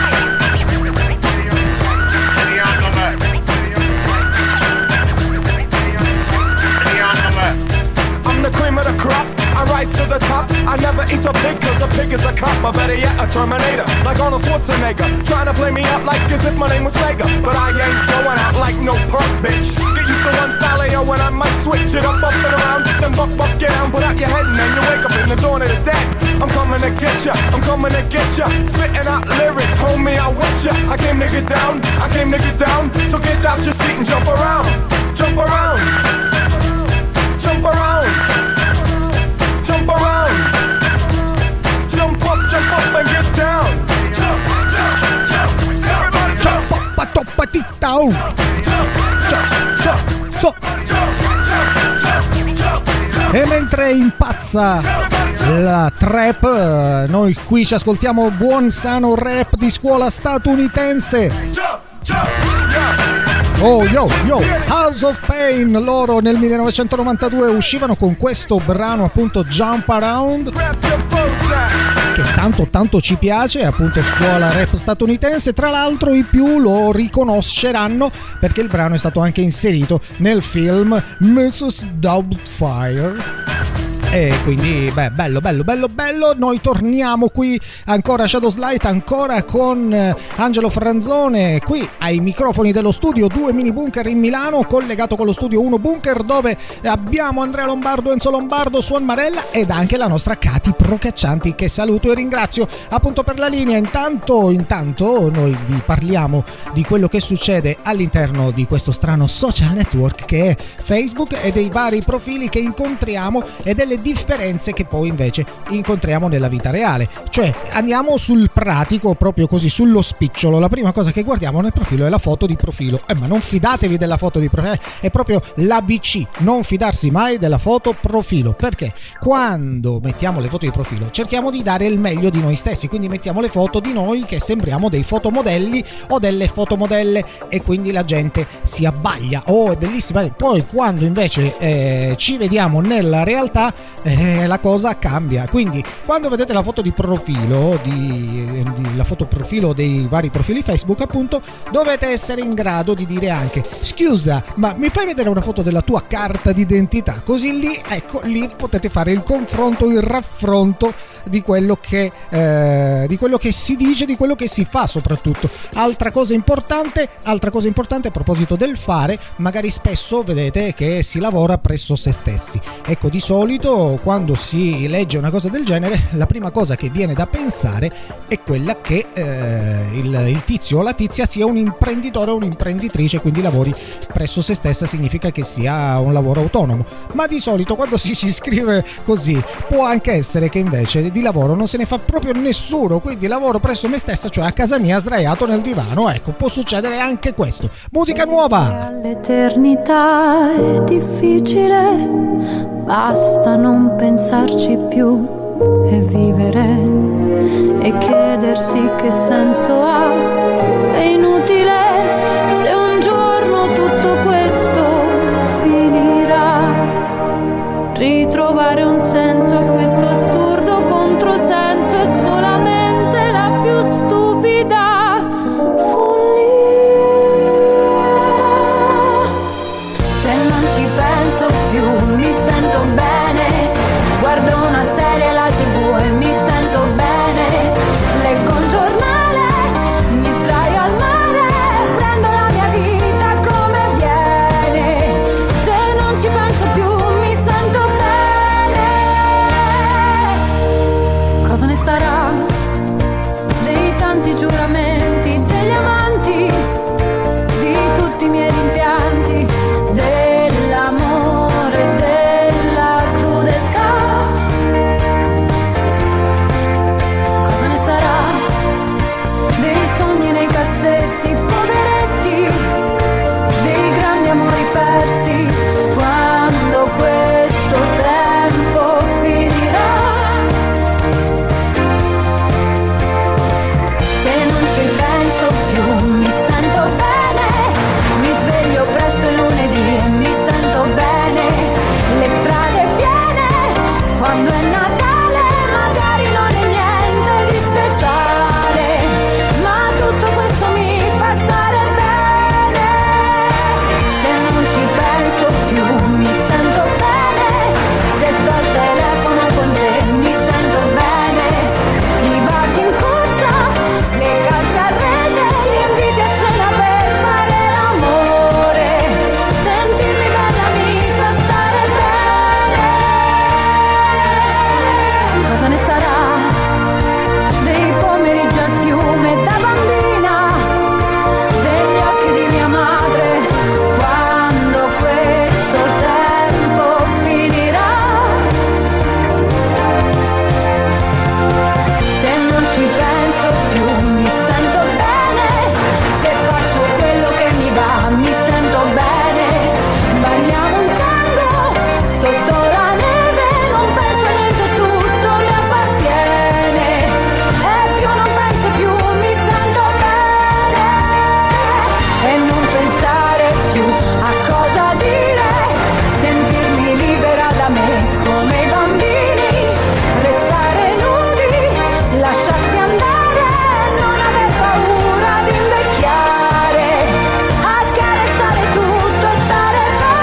I'm the cream of the crop. I rise to the top. I never eat a pig cause a pig is a cop. Or better yet, a Terminator, like Arnold Schwarzenegger. Trying to play me out like as if my name was Sega. But I ain't going out like no perk, bitch. Get used to one style AO when I might switch it up and around. Then buck, get down, put out your head and then you wake up in the dawn of the dead. I'm coming to get ya, I'm coming to get ya. Spitting out lyrics, homie, I want ya. I came to get down, I came to get down. So get out your seat and jump around. Jump around. Jump around. Jump around, jump up and get down. Jump, jump, jump, everybody jump. Toppa, e mentre impazza la trap, noi qui ci ascoltiamo buon sano rap di scuola statunitense. Oh yo yo, House of Pain, loro nel 1992 uscivano con questo brano appunto Jump Around, che tanto ci piace, appunto scuola rap statunitense. Tra l'altro i più lo riconosceranno perché il brano è stato anche inserito nel film Mrs. Doubtfire. E quindi bello. Noi torniamo qui ancora a Shadows Light, ancora con Angelo Franzone qui ai microfoni dello studio 2 Mini Bunker in Milano, collegato con lo studio 1 Bunker, dove abbiamo Andrea Lombardo, Enzo Lombardo, Suon Marella ed anche la nostra Cati Procaccianti, che saluto e ringrazio appunto per la linea. Intanto noi vi parliamo di quello che succede all'interno di questo strano social network che è Facebook e dei vari profili che incontriamo e delle differenze che poi invece incontriamo nella vita reale. Cioè andiamo sul pratico, proprio così, sullo spicciolo. La prima cosa che guardiamo nel profilo è la foto di profilo. Ma non fidatevi della foto di profilo, è proprio l'ABC, non fidarsi mai della foto profilo, perché quando mettiamo le foto di profilo cerchiamo di dare il meglio di noi stessi, quindi mettiamo le foto di noi che sembriamo dei fotomodelli o delle fotomodelle e quindi la gente si abbaglia. Oh, è bellissima. Poi quando invece ci vediamo nella realtà la cosa cambia. Quindi quando vedete la foto di profilo la foto profilo dei vari profili Facebook, appunto, dovete essere in grado di dire anche: scusa, ma mi fai vedere una foto della tua carta d'identità? Così lì, ecco, lì potete fare il confronto, il raffronto di quello che si dice, di quello che si fa soprattutto. Altra cosa importante a proposito del fare, magari spesso vedete che si lavora presso se stessi. Ecco, di solito quando si legge una cosa del genere, la prima cosa che viene da pensare è quella che il tizio o la tizia sia un imprenditore o un'imprenditrice, quindi lavori presso se stessa significa che sia un lavoro autonomo. Ma di solito quando si scrive così può anche essere che invece di lavoro non se ne fa proprio nessuno, quindi lavoro presso me stessa, cioè a casa mia sdraiato nel divano. Ecco, può succedere anche questo. Musica nuova. L'eternità è difficile, basta non pensarci più e vivere e chiedersi che senso ha. È inutile se un giorno tutto questo finirà. Ritrovare un senso a questo assurdo controsenso è solamente la più stupida follia. Se non ci penso più mi sento bene, guardo una serie alla TV e mi sento bene, leggo un giornale, mi sdraio al mare, prendo la mia vita come viene. Se non ci penso più mi sento bene. Cosa ne sarà dei tanti giuramenti, degli amanti, di tutti i miei rimpianti, dell'amore, della crudeltà? Cosa ne sarà dei sogni nei cassetti, poveretti, dei grandi amori persi, quando questo tempo finirà? Se non ci penso più mi sento bene, mi sveglio presto il lunedì e mi sento bene, le strade piene, quando è Natale magari non è niente di speciale, ma tutto questo mi fa stare bene. Se non ci penso più mi sento bene, se sto al telefono con te mi sento bene, i baci in corsa, le calze a rete, gli inviti a cena per fare l'amore, sentirmi bella mi fa stare bene. Cosa ne sarà dei pomeriggi al fiume da bambina, degli occhi di mia madre, quando questo tempo finirà? Se non ci penso più mi sento bene, se faccio quello che mi va mi sento bene, balliamo un tango sotto la neve, non penso a niente, tutto mi appartiene, e più non penso più mi sento bene. E non pensare più a cosa dire, sentirmi libera da me come i bambini, restare nudi, lasciarsi andare, non aver paura di invecchiare, accarezzare tutto e stare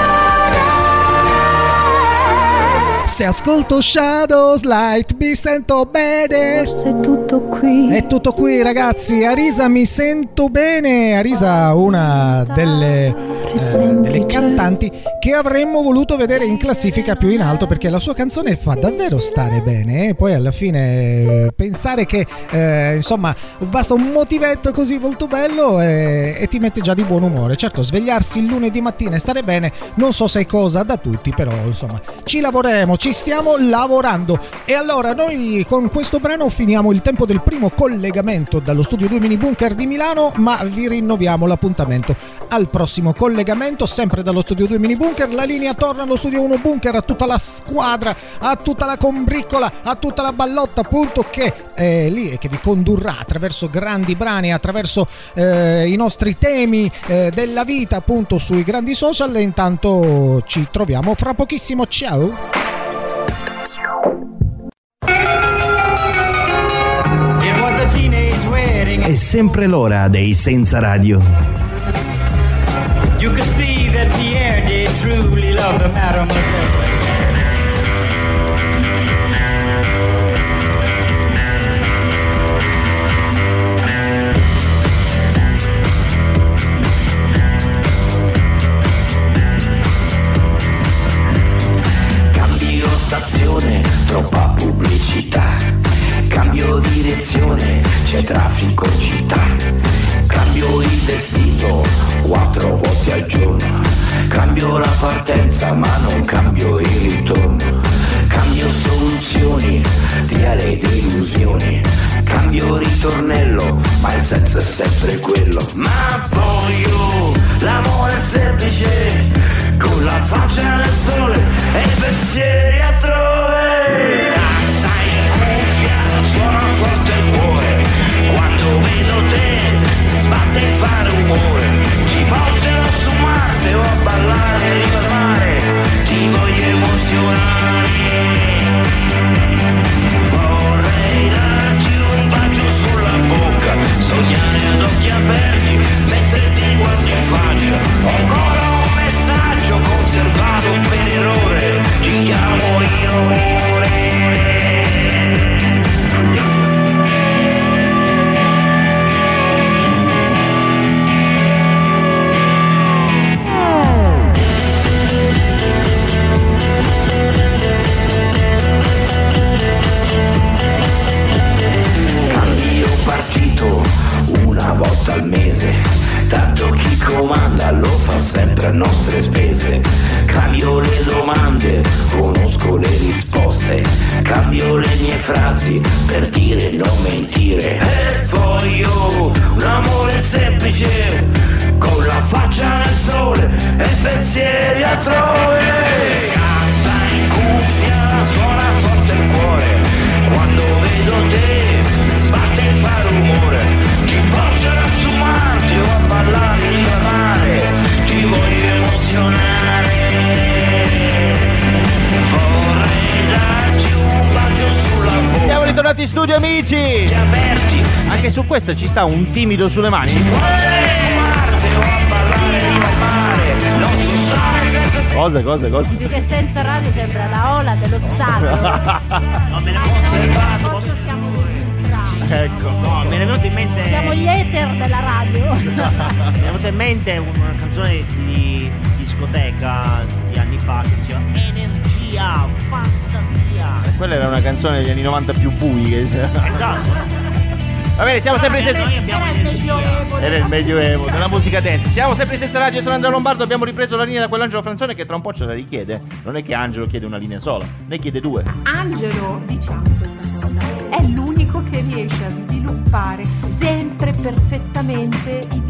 bene. Se ascolto Shadows Light mi sento bene. Forse è tutto qui. È tutto qui, ragazzi. Arisa, mi sento bene. Arisa, una delle cantanti che avremmo voluto vedere in classifica più in alto, perché la sua canzone fa davvero stare bene. Poi alla fine pensare che insomma basta un motivetto così molto bello e ti mette già di buon umore. Certo, svegliarsi il lunedì mattina e stare bene non so se è cosa da tutti, però insomma ci lavoriamo, ci stiamo lavorando. E allora noi con questo brano finiamo il tempo del primo collegamento dallo studio 2 Mini Bunker di Milano, ma vi rinnoviamo l'appuntamento al prossimo collegamento sempre dallo studio 2 Mini Bunker. La linea torna allo studio 1 Bunker, a tutta la squadra, a tutta la combriccola, a tutta la ballotta appunto che è lì e che vi condurrà attraverso grandi brani, attraverso i nostri temi della vita appunto sui grandi social. E intanto ci troviamo fra pochissimo, ciao. È sempre l'ora dei senza radio. You could see that Pierre did truly love the mademoiselle. Cambio la partenza ma non cambio il ritorno. Cambio soluzioni, via le delusioni. Cambio ritornello, ma il senso è sempre quello. Ma voglio l'amore semplice, con la faccia nel sole e i pensieri altrove. Cassa in cuffia, suona forte il cuore. Quando vedo te, sbatte e fa rumore. Ti porterò su Marte o a ballare in riva al mare. Ti voglio emozionare. Vorrei darti un bacio sulla bocca, sognare ad occhi aperti mentre ti guardo in faccia. Ho ancora un messaggio conservato per errore, ti chiamo io amore. Partito una volta al mese, tanto chi comanda lo fa sempre a nostre spese. Cambio le domande, conosco le risposte, cambio le mie frasi per dire non mentire. E voglio un amore semplice, con la faccia nel sole e pensieri altrove. Cassa in cuffia, suona forte il cuore, quando vedo te sbatte e fa rumore. Ti porterò su Marte o a ballare in mare. Ti voglio emozionare. Vorrei darti un bacio sulla bocca. Siamo ritornati in studio, amici. Anche su questo ci sta un timido sulle mani. Cosa? Perché senza radio sembra la ola dello Stato. No, me ne conservato. Ecco. No, me ne è venuto in mente. Siamo gli ether della radio. Mi è venuta in mente una canzone di discoteca di anni fa che diceva energia, fantasia. Quella era una canzone degli anni 90 più bui. Esatto. Va bene, siamo sempre senza. Noi abbiamo energia. Era il medioevo della musica dance. Siamo sempre senza radio, sono Andrea Lombardo. Abbiamo ripreso la linea da quell'Angelo Franzone che tra un po' ce la richiede. Non è che Angelo chiede una linea sola, ne chiede due. Angelo, diciamo questa cosa, è l'unico che riesce a sviluppare sempre perfettamente i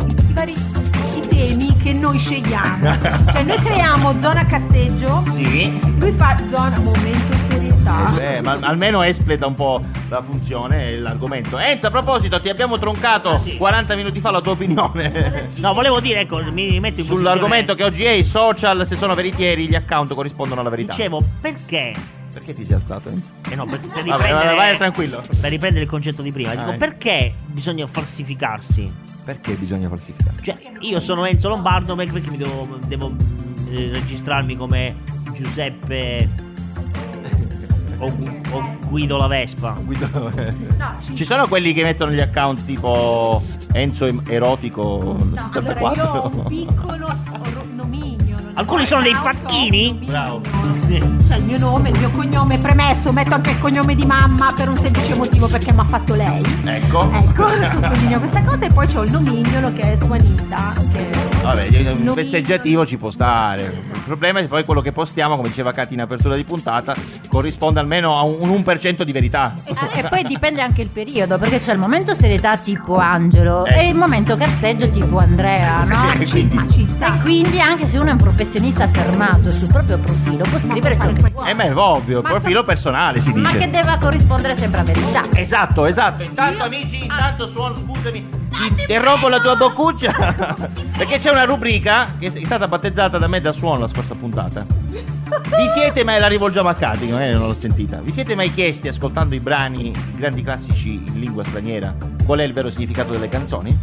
temi che noi scegliamo. Cioè noi creiamo zona cazzeggio, sì. Lui fa zona momento serietà. Ma almeno espleta un po' la funzione e l'argomento. Enzo, a proposito, ti abbiamo troncato 40 minuti fa la tua opinione. No, volevo dire, ecco, mi metto in sull'argomento che oggi è i social, se sono veritieri, gli account corrispondono alla verità. Dicevo, perché ti sei alzato? No, per riprendere, vai tranquillo. Per riprendere il concetto di prima. Dico, perché bisogna falsificarsi? Perché bisogna falsificarsi? Cioè, io sono Enzo Lombardo, perché mi devo registrarmi come Giuseppe o Guido la Vespa? No, ci sono quelli che mettono gli account tipo Enzo erotico 74. Allora io ho un piccolo nomignolo. Alcuni sono dei facchini. Bravo. Cioè il mio nome, il mio cognome, premesso, metto anche il cognome di mamma per un semplice motivo, perché mi ha fatto lei. Ecco, sottolineo questa cosa. E poi c'ho il nomignolo che è Suanita. Vabbè, un vezzeggiativo ci può stare. Il problema è poi quello che postiamo, come diceva Katy in apertura di puntata, corrisponde almeno a un 1% di verità. E poi dipende anche il periodo, perché c'è il momento serietà tipo Angelo e il momento cazzeggio tipo Andrea, no? Quindi. E quindi anche se uno è un professionista affermato sul proprio profilo può scrivere quello che vuole. Ma è ovvio, profilo personale si dice. Ma che deve corrispondere sempre a verità. Esatto. Intanto amici, intanto suono, scusami, ti interrompo la tua boccuccia perché c'è una rubrica che è stata battezzata da me da Suono la scorsa puntata. Vi siete mai, la rivolgiamo a Katy, non l'ho sentita. Vi siete mai chiesti, ascoltando i brani, i grandi classici in lingua straniera, qual è il vero significato delle canzoni?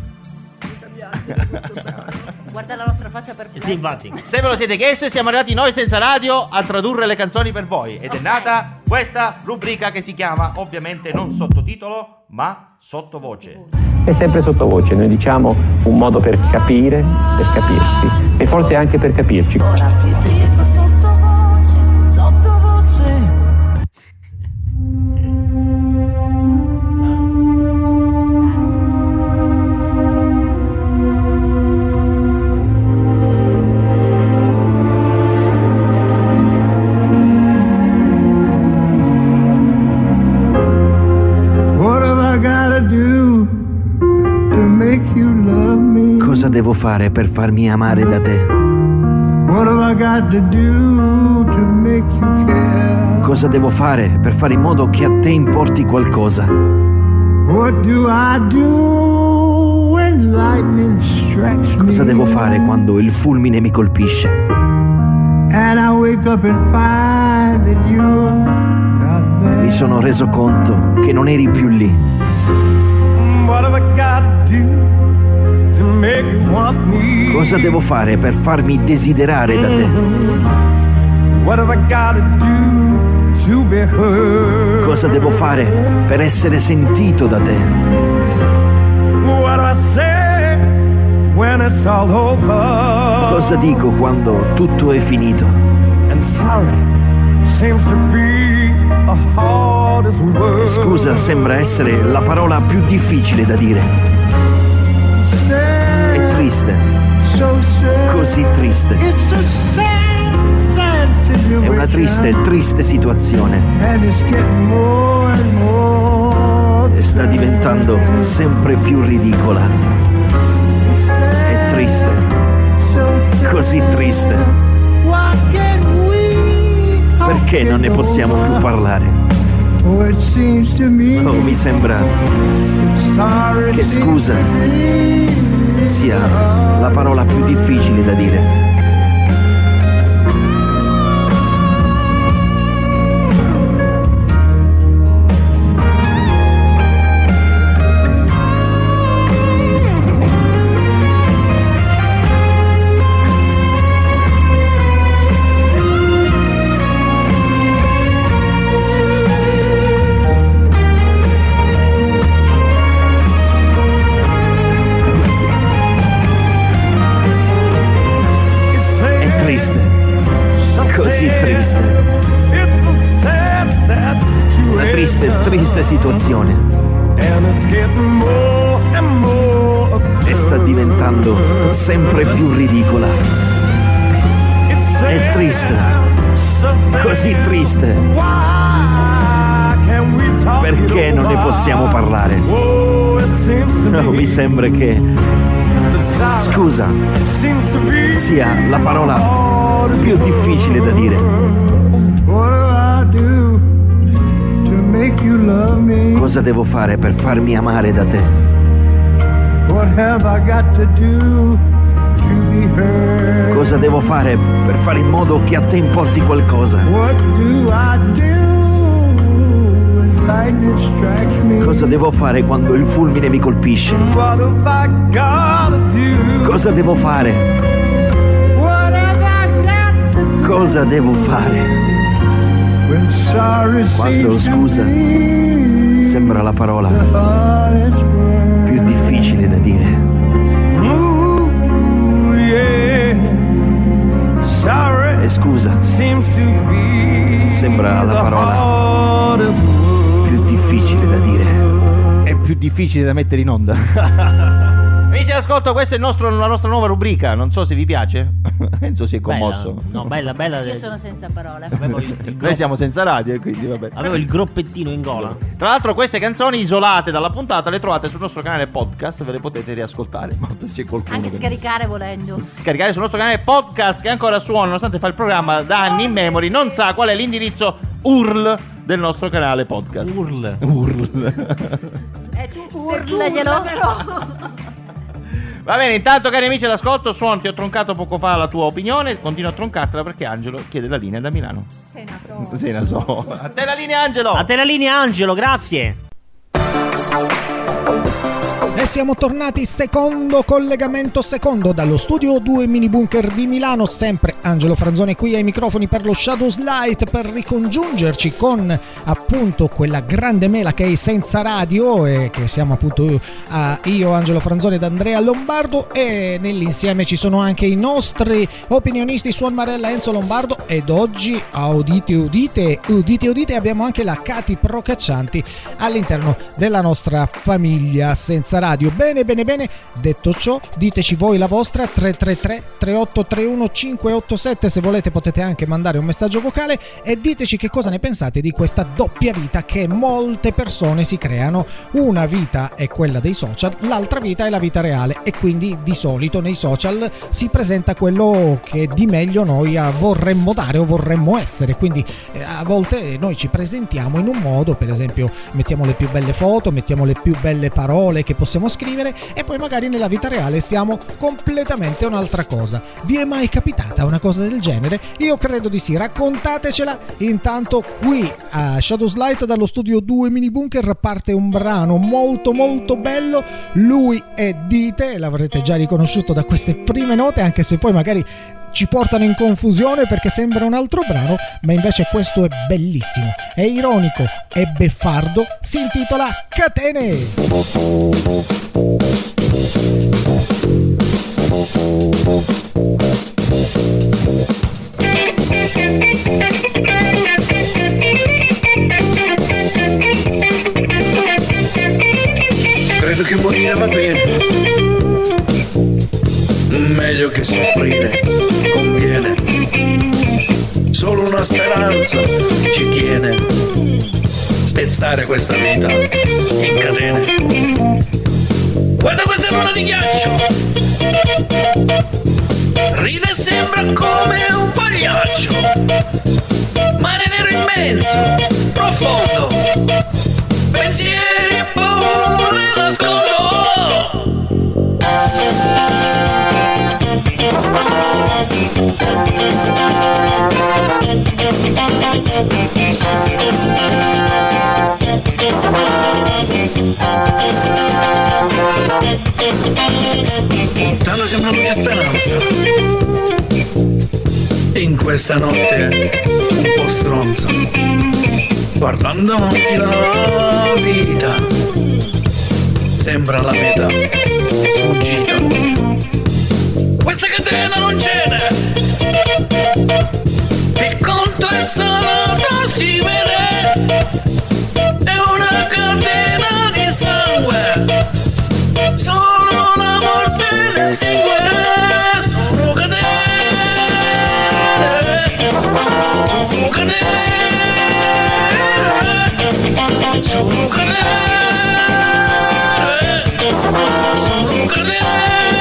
Guarda la nostra faccia per sì, infatti. Se ve lo siete chiesto, siamo arrivati noi senza radio a tradurre le canzoni per voi. Ed è nata questa rubrica che si chiama, ovviamente non sottotitolo, ma sottovoce. È sempre sottovoce, noi diciamo un modo per capire, per capirsi e forse anche per capirci. Ora ti dico sottovoce, sottovoce. Cosa devo fare per farmi amare da te? What have I got to do to make you care? Cosa devo fare per fare in modo che a te importi qualcosa? What do I do when lightning strikes me? Cosa devo fare quando il fulmine mi colpisce? And I wake up and find that you're not there. Mi sono reso conto che non eri più lì. What have I got to do to make you want me? Cosa devo fare per farmi desiderare da te? What have I got to do to be heard? Cosa devo fare per essere sentito da te? What do I say when it's all over? Cosa dico quando tutto è finito? And sorry seems to be the hardest word. Scusa sembra essere la parola più difficile da dire. È triste, così triste. It's a sad È una triste situazione. and it's getting more and more E sta diventando sempre più ridicola. È triste, così triste. Why can't we talk Perché non ne possiamo più parlare? Oh, it seems to me Oh, mi sembra sorry che scusa sia la parola più difficile da dire. Così triste. Una triste situazione. E sta diventando sempre più ridicola. È triste, così triste. Perché non ne possiamo parlare? No, mi sembra che scusa sia la parola più difficile da dire. Cosa devo fare per farmi amare da te? Cosa devo fare per fare in modo che a te importi qualcosa? Cosa devo fare quando il fulmine mi colpisce? Cosa devo fare? Cosa devo fare? Quando scusa sembra la parola più difficile da dire. E scusa sembra la parola più difficile da dire. È più difficile da mettere in onda. Amici d'ascolto, questa è la nostra nuova rubrica. Non so se vi piace. Enzo si è commosso. Bella. Io sono senza parole. Noi siamo senza radio e quindi vabbè. Avevo il groppettino in gola. Tra l'altro queste canzoni isolate dalla puntata le trovate sul nostro canale podcast, ve le potete riascoltare. Ma c'è qualcuno Anche che... scaricare volendo. Scaricare sul nostro canale podcast che ancora suona, nonostante fa il programma da anni in memory, non sa qual è l'indirizzo URL del nostro canale podcast. URL. E tu urlaglielo. Va bene, intanto cari amici d'ascolto, Suon, ti ho troncato poco fa la tua opinione, continuo a troncartela perché Angelo chiede la linea da Milano. Sei una so. A te la linea Angelo. A te la linea Angelo, grazie. E siamo tornati, secondo collegamento dallo studio 2 Mini Bunker di Milano, sempre Angelo Franzone qui ai microfoni per lo Shadows Light, per ricongiungerci con appunto quella grande mela che è Senza Radio, e che siamo appunto io, Angelo Franzone ed Andrea Lombardo, e nell'insieme ci sono anche i nostri opinionisti Suon Marella, Enzo Lombardo, ed oggi udite abbiamo anche la Cati Procaccianti all'interno della nostra famiglia Senza Radio. radio. Bene, detto ciò, diteci voi la vostra 333 3831 587, se volete potete anche mandare un messaggio vocale e diteci che cosa ne pensate di questa doppia vita che molte persone si creano. Una vita è quella dei social, l'altra vita è la vita reale, e quindi di solito nei social si presenta quello che di meglio noi vorremmo dare o vorremmo essere, quindi a volte noi ci presentiamo in un modo, per esempio mettiamo le più belle foto, mettiamo le più belle parole che possiamo scrivere, e poi magari nella vita reale siamo completamente un'altra cosa. Vi è mai capitata una cosa del genere? Io credo di sì, raccontatecela. Intanto qui a Shadows Light dallo studio 2 Mini Bunker parte un brano molto bello. Lui è Dite, l'avrete già riconosciuto da queste prime note, anche se poi magari ci portano in confusione perché sembra un altro brano, ma invece questo è bellissimo, è ironico, è beffardo, si intitola Catene. Credo che morire va bene, meglio che soffrire conviene. Solo una speranza ci tiene, spezzare questa vita in catene. Guarda questa luna di ghiaccio, ride e sembra come un pagliaccio. Mare nero immenso, profondo, pensieri e paure nascondo. Tanto sembra luce e speranza in questa notte un po' stronza, guardando avanti la vita sembra la meta sfuggita. Questa catena non cede, il conto è salato, si vede, è una catena di sangue, solo la morte le estingue. Sono catene, sono catene, sono catene.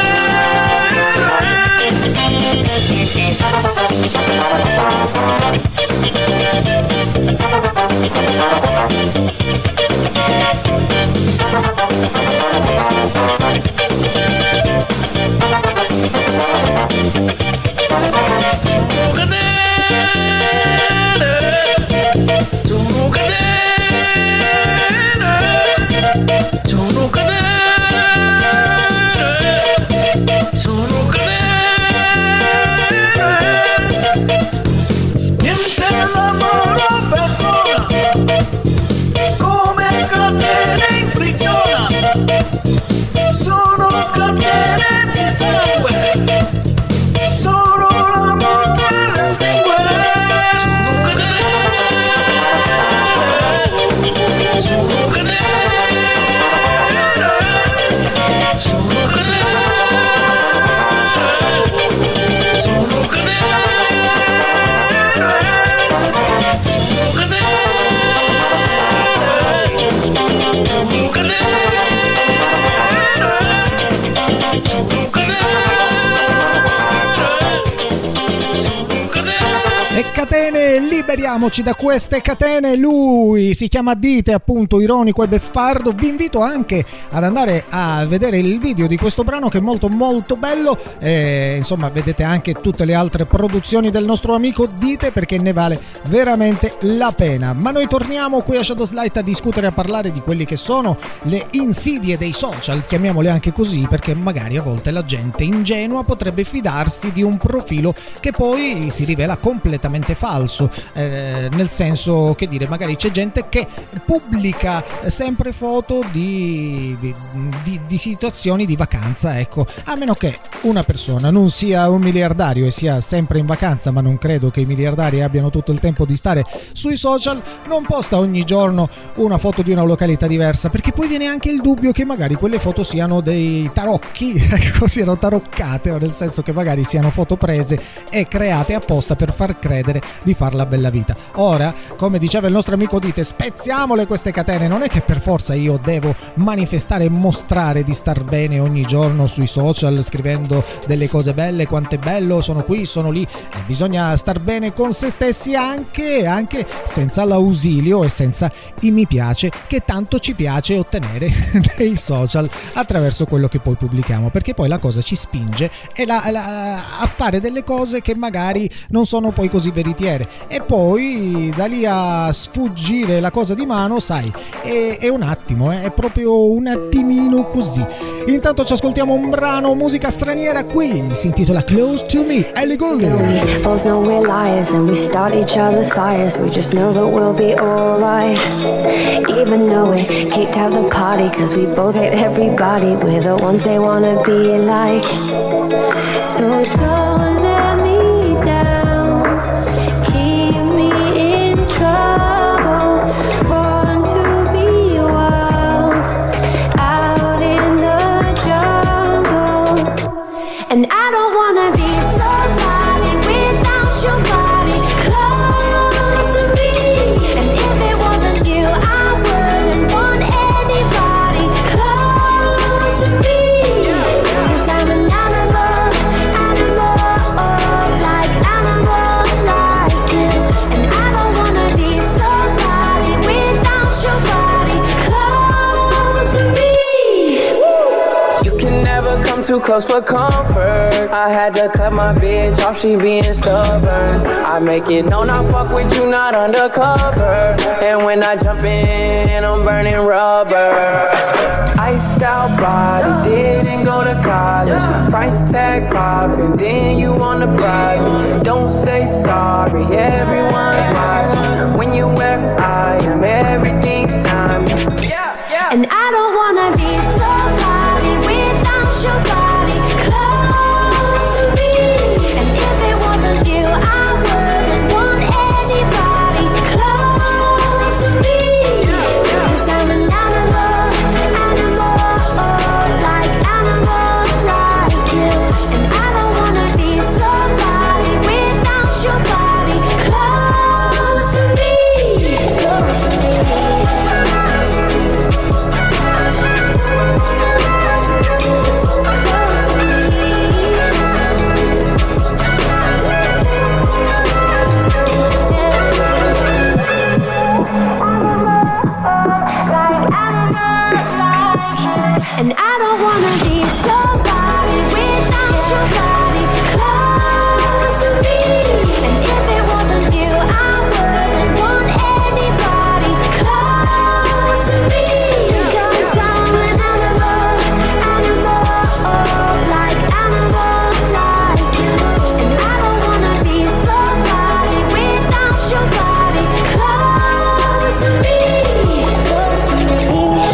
Catene, liberiamoci da queste catene. Lui si chiama Dite, appunto, ironico e beffardo. Vi invito anche ad andare a vedere il video di questo brano che è molto bello, insomma vedete anche tutte le altre produzioni del nostro amico Dite, perché ne vale veramente la pena. Ma noi torniamo qui a Shadows Light a discutere, a parlare di quelli che sono le insidie dei social, chiamiamole anche così, perché magari a volte la gente ingenua potrebbe fidarsi di un profilo che poi si rivela completamente anche falso, nel senso che dire, magari c'è gente che pubblica sempre foto di situazioni di vacanza, ecco, a meno che una persona non sia un miliardario e sia sempre in vacanza, ma non credo che i miliardari abbiano tutto il tempo di stare sui social, non posta ogni giorno una foto di una località diversa, perché poi viene anche il dubbio che magari quelle foto siano dei tarocchi, ecco, siano taroccate, o nel senso che magari siano foto prese e create apposta per far credere di far la bella vita. Ora, come diceva il nostro amico Dite, spezziamole queste catene, non è che per forza io devo manifestare e mostrare di star bene ogni giorno sui social scrivendo delle cose belle, quanto è bello, sono qui, sono lì. Bisogna star bene con se stessi anche senza l'ausilio e senza i mi piace che tanto ci piace ottenere nei social attraverso quello che poi pubblichiamo, perché poi la cosa ci spinge a fare delle cose che magari non sono poi così veritiere, e poi da lì a sfuggire la cosa di mano, sai, è un attimo, è proprio un attimino così. Intanto ci ascoltiamo un brano musica straniera, qui si intitola Close to Me, Ellie Goulding. We both know we're liars and we start each other's fires. We just know that we'll be alright. Even though we kicked out the party, cause we both hate everybody. We're the ones they wanna be like. So don't let me down, keep me in trouble. Born to be wild, out in the jungle. And I don't wanna be somebody without your body close to me. And if it wasn't you, I wouldn't want anybody close to me. Cause I'm an animal, like you. And I don't wanna be somebody without your body close to me. You can never come too close for comfort. I had to cut my bitch off, she being stubborn. I make it known I fuck with you, not undercover. And when I jump in, I'm burning rubber. Iced out body, didn't go to college. Price tag popping, then you on the private. Don't say sorry, everyone's watching. When you're where I am, everything's timeless. And I don't wanna be somebody without your body close to me. And if it wasn't you, I wouldn't want anybody close to me. Cause I'm an animal, like you. And I don't wanna be somebody without your body close to me. Close to me. And I don't wanna be somebody without your body close to me. And if it wasn't you, I wouldn't want anybody close to me. Cause I'm an animal, like you. And I don't wanna be somebody without your body close to me. Close to me.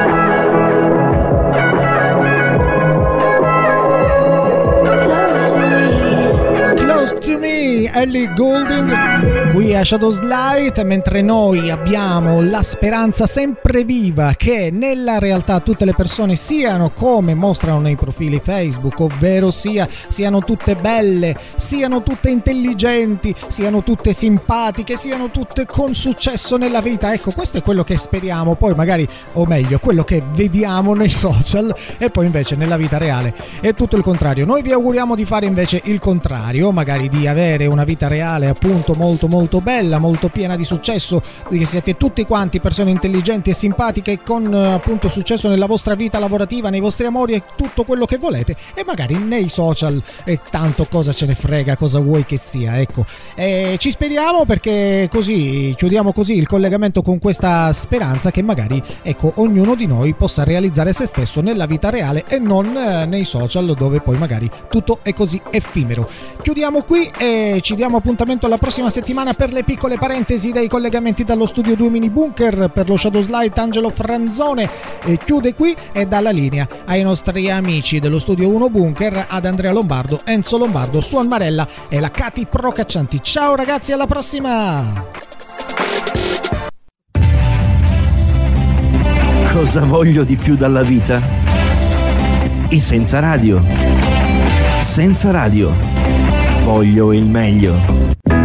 Close to Me, Ellie Goulding, qui a Shadows Light, mentre noi abbiamo la speranza sempre viva che nella realtà tutte le persone siano come mostrano nei profili Facebook, ovvero siano tutte belle, siano tutte intelligenti, siano tutte simpatiche, siano tutte con successo nella vita. Ecco, questo è quello che speriamo, poi magari, o meglio, quello che vediamo nei social, e poi invece nella vita reale è tutto il contrario. Noi vi auguriamo di fare invece il contrario, magari di avere una vita reale appunto molto molto bella, molto piena di successo, che siete tutti quanti persone intelligenti e simpatiche con appunto successo nella vostra vita lavorativa, nei vostri amori e tutto quello che volete, e magari nei social e tanto cosa ce ne frega, cosa vuoi che sia, ecco. Ci speriamo, perché così chiudiamo così il collegamento con questa speranza che magari, ecco, ognuno di noi possa realizzare se stesso nella vita reale e non nei social, dove poi magari tutto è così effimero. Chiudiamo qui e e ci diamo appuntamento alla prossima settimana per le piccole parentesi dei collegamenti dallo studio 2 Mini Bunker. Per lo Shadow Slide Angelo Franzone chiude qui e dà la linea ai nostri amici dello studio 1 Bunker, ad Andrea Lombardo, Enzo Lombardo, Suon Marella e la Cati Procaccianti. Ciao ragazzi, alla prossima! Cosa voglio di più dalla vita? I senza radio. Senza radio. Voglio il meglio.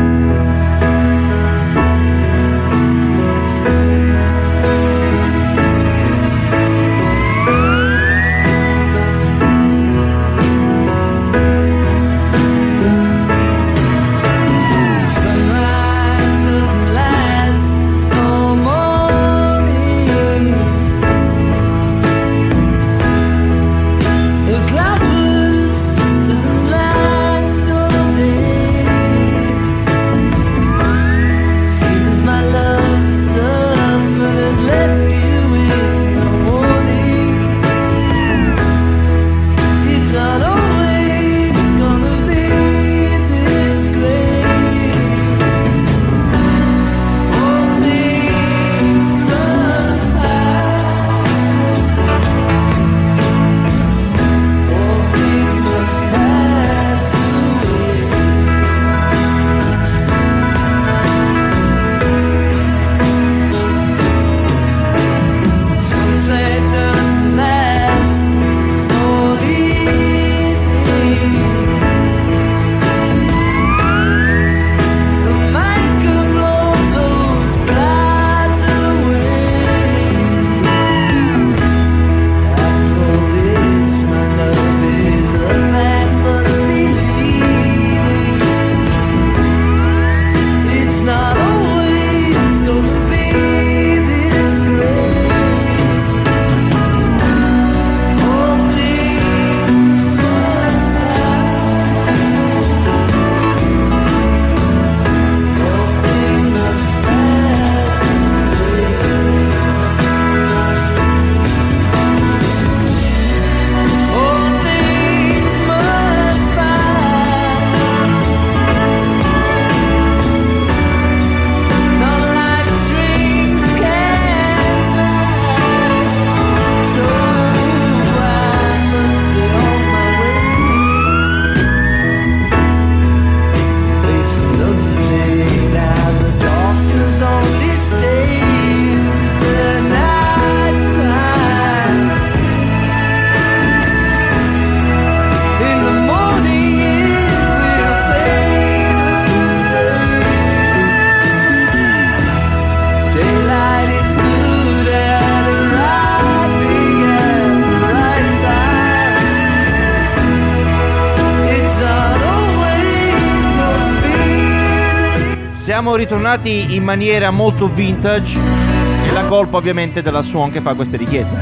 Siamo ritornati in maniera molto vintage e la colpa ovviamente della Suon che fa queste richieste.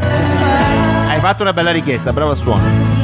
Hai fatto una bella richiesta, brava Suon.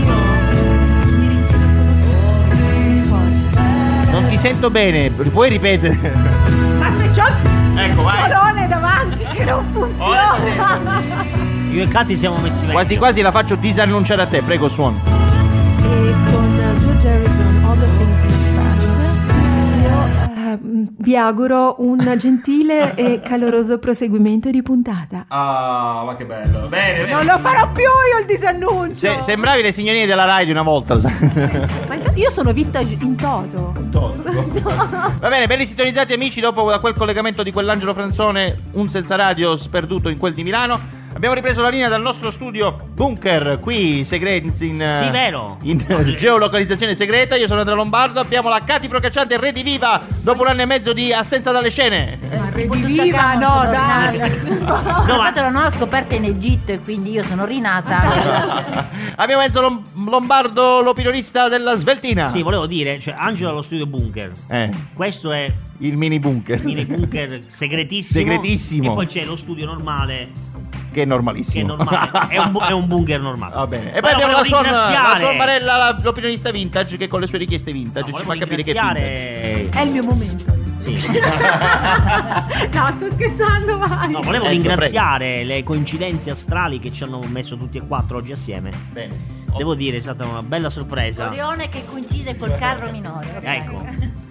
Non ti sento bene, puoi ripetere? Ma se c'ho Ecco, vai. colone davanti che non funziona. Io e Cati siamo messi meglio. Quasi quasi la faccio disannunciare a te, prego Suon. E con George Harrison, All the Things in the Past, io vi auguro un gentile e caloroso proseguimento di puntata. Ah, ma che bello. Bene, Non lo farò più io il disannuncio. sembravi le signorine della Rai di una volta. Ma infatti io sono vintage in toto. Va bene, belli sintonizzati amici, dopo da quel collegamento di quell'Angelo Franzone, un senza radio sperduto in quel di Milano. Abbiamo ripreso la linea dal nostro studio Bunker, qui segreti Sì, vero. in geolocalizzazione segreta. Io sono Andrea Lombardo, abbiamo la Cati Procacciante rediviva dopo un anno e mezzo di assenza dalle scene. Viva, no, dai. No, ma non l'ho scoperta in Egitto e quindi io sono rinata. Abbiamo Enzo Lombardo, l'opinionista della Sveltina. Sì, volevo dire, cioè Angelo allo studio Bunker. Questo è il mini bunker. Mini bunker segretissimo. Segretissimo. E poi c'è lo studio normale. Che è normalissimo. Che è normale. è un bunker normale. Va bene. E poi abbiamo la Suon Marella, l'opinionista vintage, che con le sue richieste vintage ci fa capire che è vintage. È il mio momento. Sì. No, sto scherzando, vai. No, volevo ringraziare le coincidenze astrali che ci hanno messo tutti e quattro oggi assieme. Bene. Devo dire, è stata una bella sorpresa. Orione che coincide col carro minore. Ecco.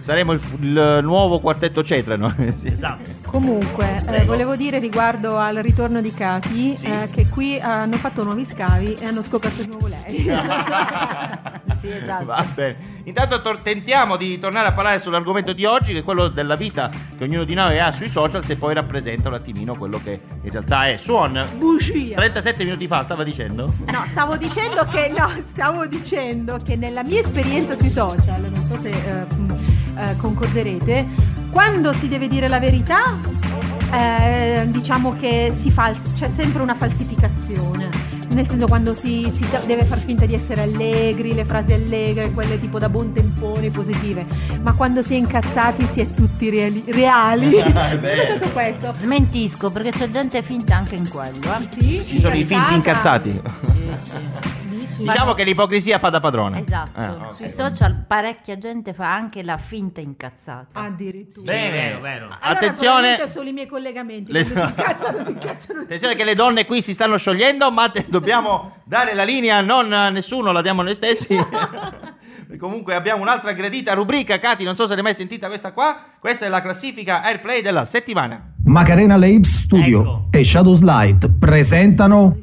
saremo il nuovo quartetto Cetra, no? Sì. Esatto. Comunque, volevo dire riguardo al ritorno di Katy che qui hanno fatto nuovi scavi e hanno scoperto di nuovo lei. Sì, esatto. Va bene. Intanto tentiamo di tornare a parlare sull'argomento di oggi, che è quello della vita che ognuno di noi ha sui social, se poi rappresenta un attimino quello che in realtà è. Suon, bugia. 37 minuti fa stava dicendo? No, stavo dicendo che nella mia esperienza sui social, non so se concorderete, quando si deve dire la verità, diciamo che c'è sempre una falsificazione. Nel senso, quando si deve far finta di essere allegri, le frasi allegre, quelle tipo da buon tempone, positive, ma quando si è incazzati si è tutti reali. Tutto questo. Smentisco, perché c'è gente finta anche in quello. Sì, ci sono i finti incazzati. Diciamo che l'ipocrisia fa da padrone. Esatto. Sui social parecchia gente fa anche la finta incazzata. Addirittura. Bene, vero. Allora, attenzione, solo i miei collegamenti. Quando si incazzano. Attenzione che le donne qui si stanno sciogliendo, ma dobbiamo dare la linea non a nessuno, la diamo a noi stessi. Comunque abbiamo un'altra gradita rubrica, Katy, non so se l'hai mai sentita questa qua. Questa è la classifica Airplay della settimana. Macarena Labs Studio e Shadowslide presentano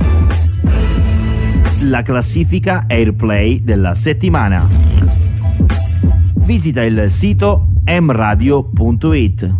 la classifica Airplay della settimana. Visita il sito mradio.it.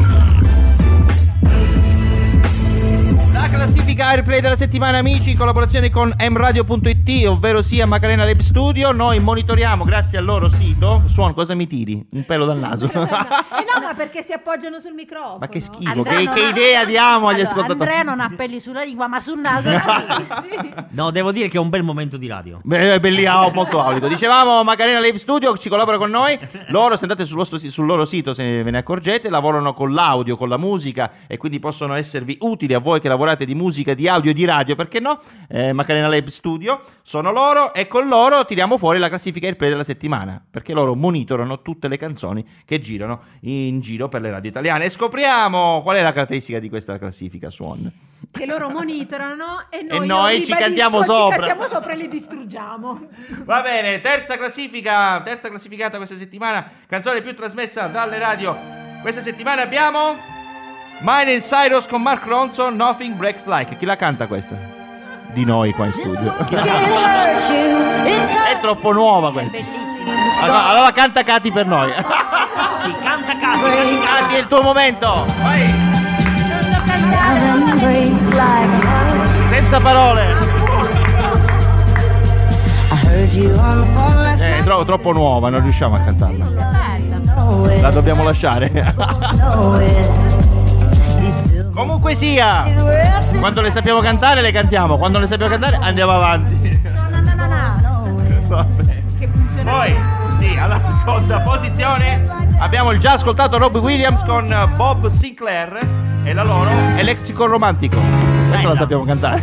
La classifica Airplay della settimana, amici, in collaborazione con mradio.it, ovvero sia Macarena Lab Studio. Noi monitoriamo grazie al loro sito. Suon, cosa mi tiri? Un pelo dal naso. No, ma perché si appoggiano sul microfono. Ma che schifo, che idea diamo agli ascoltatori. Andrea non ha peli sulla lingua, ma sul naso. Sì. No, devo dire che è un bel momento di radio. Bellissimo, molto aulico. Dicevamo, Macarena Lab Studio ci collabora con noi. Loro, se andate sul loro sito, se ve ne accorgete, lavorano con l'audio, con la musica, e quindi possono esservi utili a voi che lavorate di musica, di audio, di radio, perché no? Macarena Lab Studio sono loro, e con loro tiriamo fuori la classifica Airplay della settimana, perché loro monitorano tutte le canzoni che girano in giro per le radio italiane. E scopriamo qual è la caratteristica di questa classifica, Suon. Che loro monitorano e noi ci cantiamo sopra. Ci cantiamo sopra e li distruggiamo. Va bene, terza classificata questa settimana, canzone più trasmessa dalle radio. Questa settimana abbiamo Miley Cyrus con Mark Ronson, Nothing Breaks Like. Chi la canta questa? Di noi qua in studio. È troppo nuova questa. Allora canta Katy per noi. Sì, canta Katy. Katy, è il tuo momento. Vai. Senza parole. È troppo nuova, non riusciamo a cantarla. La dobbiamo lasciare. Comunque sia, quando le sappiamo cantare le cantiamo, quando le sappiamo cantare andiamo avanti. Va bene. Che funziona. Poi, sì, alla seconda posizione abbiamo il già ascoltato Robbie Williams con Bob Sinclair e la loro Electrico Romantico. Questa la sappiamo cantare.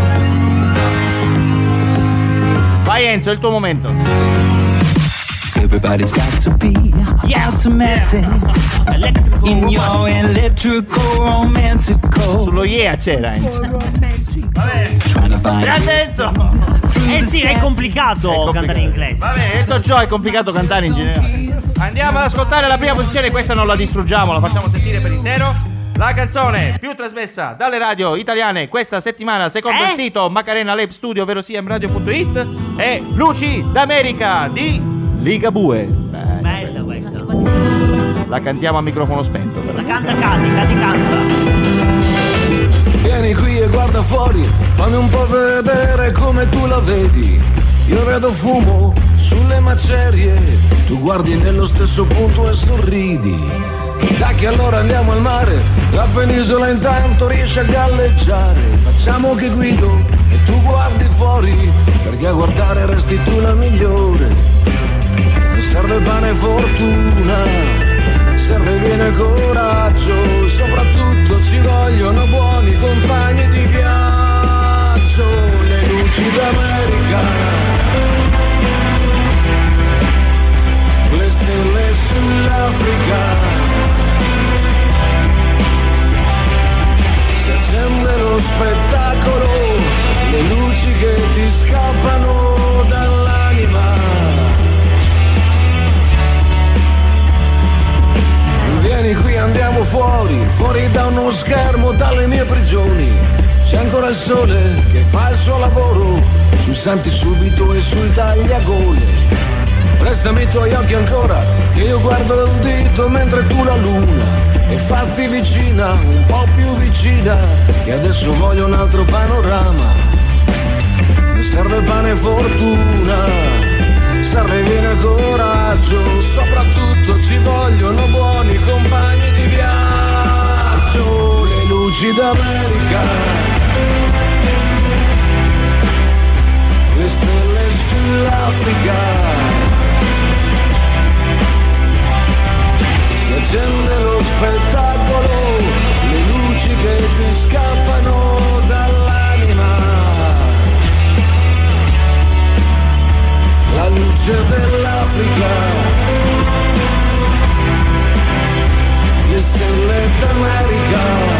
Vai Enzo, è il tuo momento. Everybody's got to be automatic in your electrical romantical. Sullo yeah c'era Enzo. Vabbè. Grazie Enzo. Sì, è complicato cantare in inglese. Vabbè, detto ciò, è complicato cantare in generale. Andiamo ad ascoltare la prima posizione. Questa non la distruggiamo, la facciamo sentire per intero. La canzone più trasmessa dalle radio italiane questa settimana, secondo il sito Macarena Lab Studio, ovvero sia mradio.it, è Luci d'America di Ligabue. Bella questa. La cantiamo a microfono spento però. La canta Katy canta. Vieni qui e guarda fuori, fammi un po' vedere come tu la vedi. Io vedo fumo sulle macerie, tu guardi nello stesso punto e sorridi. Dai che allora andiamo al mare, la penisola intanto riesce a galleggiare. Facciamo che guido e tu guardi fuori, perché a guardare resti tu la migliore. Non serve pane e fortuna, serve bene coraggio, soprattutto ci vogliono buoni compagni di viaggio. Le luci d'America, le stelle sull'Africa, si accende lo spettacolo, le luci che ti scappano dall'anima. fuori da uno schermo, dalle mie prigioni. C'è ancora il sole che fa il suo lavoro sui santi subito e sui tagliagole. Restami i tuoi occhi ancora, che io guardo il dito mentre tu la luna. E fatti vicina, un po' più vicina, che adesso voglio un altro panorama. Mi serve pane e fortuna, serve vino e coraggio, soprattutto ci vogliono buoni compagni di viaggio. Le luci d'America, le stelle sull'Africa, si accende lo spettacolo, le luci che ti scappano dall'anima, la luce dell'Africa, le stelle d'America.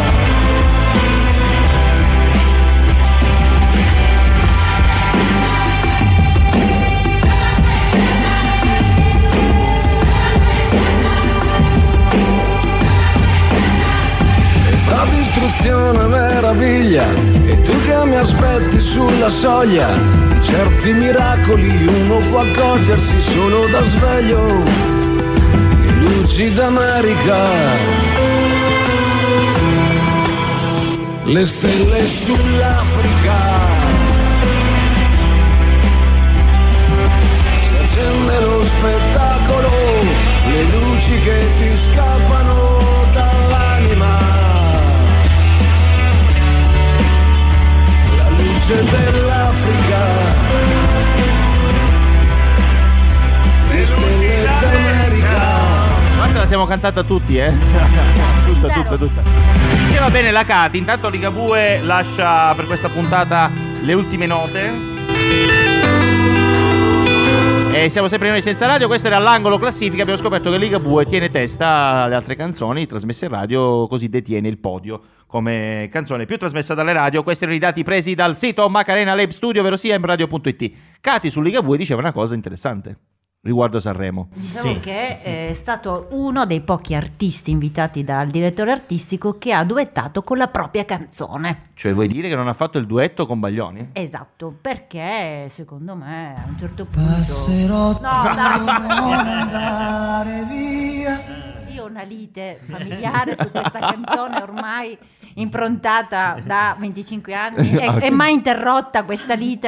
Fra distruzione e meraviglia, e tu che mi aspetti sulla soglia di certi miracoli, uno può accorgersi solo da sveglio. Le luci d'America, le stelle sull'Africa, si accende lo spettacolo, le luci che ti scappano dall'anima, dell'Africa, le stelle d'America. Ma se la siamo cantata tutti, tutta. Diceva bene la Cati. Intanto Ligabue lascia per questa puntata le ultime note. E siamo sempre noi senza radio. Questo era l'angolo classifica. Abbiamo scoperto che Ligabue tiene testa alle altre canzoni trasmesse in radio, così detiene il podio come canzone più trasmessa dalle radio. Questi erano i dati presi dal sito Macarena Lab Studio, ovvero sia mradio.it. Cati su Ligabue diceva una cosa interessante riguardo Sanremo. Diciamo che è stato uno dei pochi artisti invitati dal direttore artistico che ha duettato con la propria canzone. Cioè vuoi dire che non ha fatto il duetto con Baglioni? Esatto, perché secondo me a un certo punto Passerò non andare via. Io ho una lite familiare su questa canzone ormai improntata da 25 anni e mai interrotta questa lite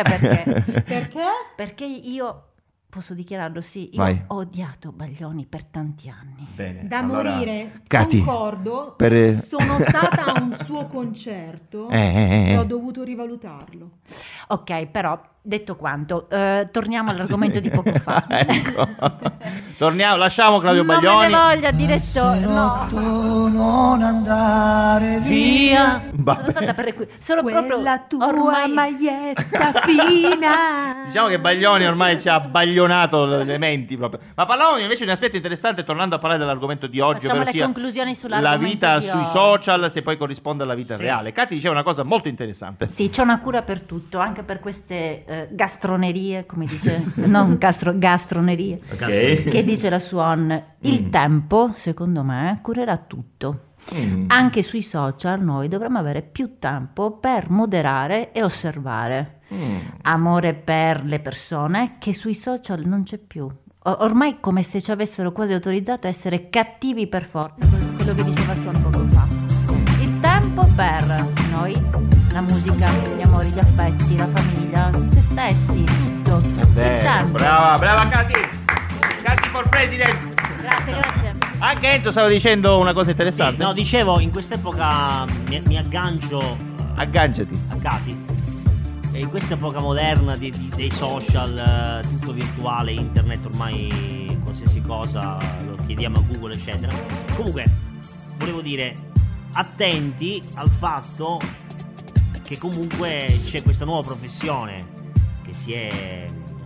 perché io posso dichiararlo, sì, io Vai. ho odiato Baglioni per tanti anni. Bene, Da allora, morire, Cati, concordo, per- sono stata a un suo concerto e ho dovuto rivalutarlo. Ok, però detto quanto, torniamo all'argomento di poco fa. Ecco. Torniamo, lasciamo Claudio Non Baglioni. me ne voglia, direttore. No, Non andare via. sono stata per solo proprio La tua ormai maglietta fina. Diciamo che Baglioni ormai ci ha baglionato le menti proprio. Ma parlavamo invece di un aspetto interessante, tornando a parlare dell'argomento di oggi, facciamo ovvero le sia conclusioni la sull'argomento vita di sui oggi. social, se poi corrisponde alla vita reale. Cati diceva una cosa molto interessante. Sì, c'è una cura per tutto, anche per queste gastronerie, come dice, non gastronerie, che dice la Swan. Il tempo, secondo me, curerà tutto. Anche sui social noi dovremmo avere più tempo per moderare e osservare. Amore per le persone che sui social non c'è più. Ormai come se ci avessero quasi autorizzato a essere cattivi per forza, quello che diceva Swan poco fa. Il tempo per noi, la musica, gli amori, gli affetti, la famiglia, se stessi, tutto. Il tempo. Brava Cati. Cati for president. Grazie. Anche Enzo stava dicendo una cosa interessante. No, dicevo, in quest'epoca mi aggancio. Agganciati. A Cati. E in questa epoca moderna dei social, tutto virtuale, internet, ormai qualsiasi cosa lo chiediamo a Google, eccetera. Comunque, volevo dire, attenti al fatto che comunque c'è questa nuova professione che si è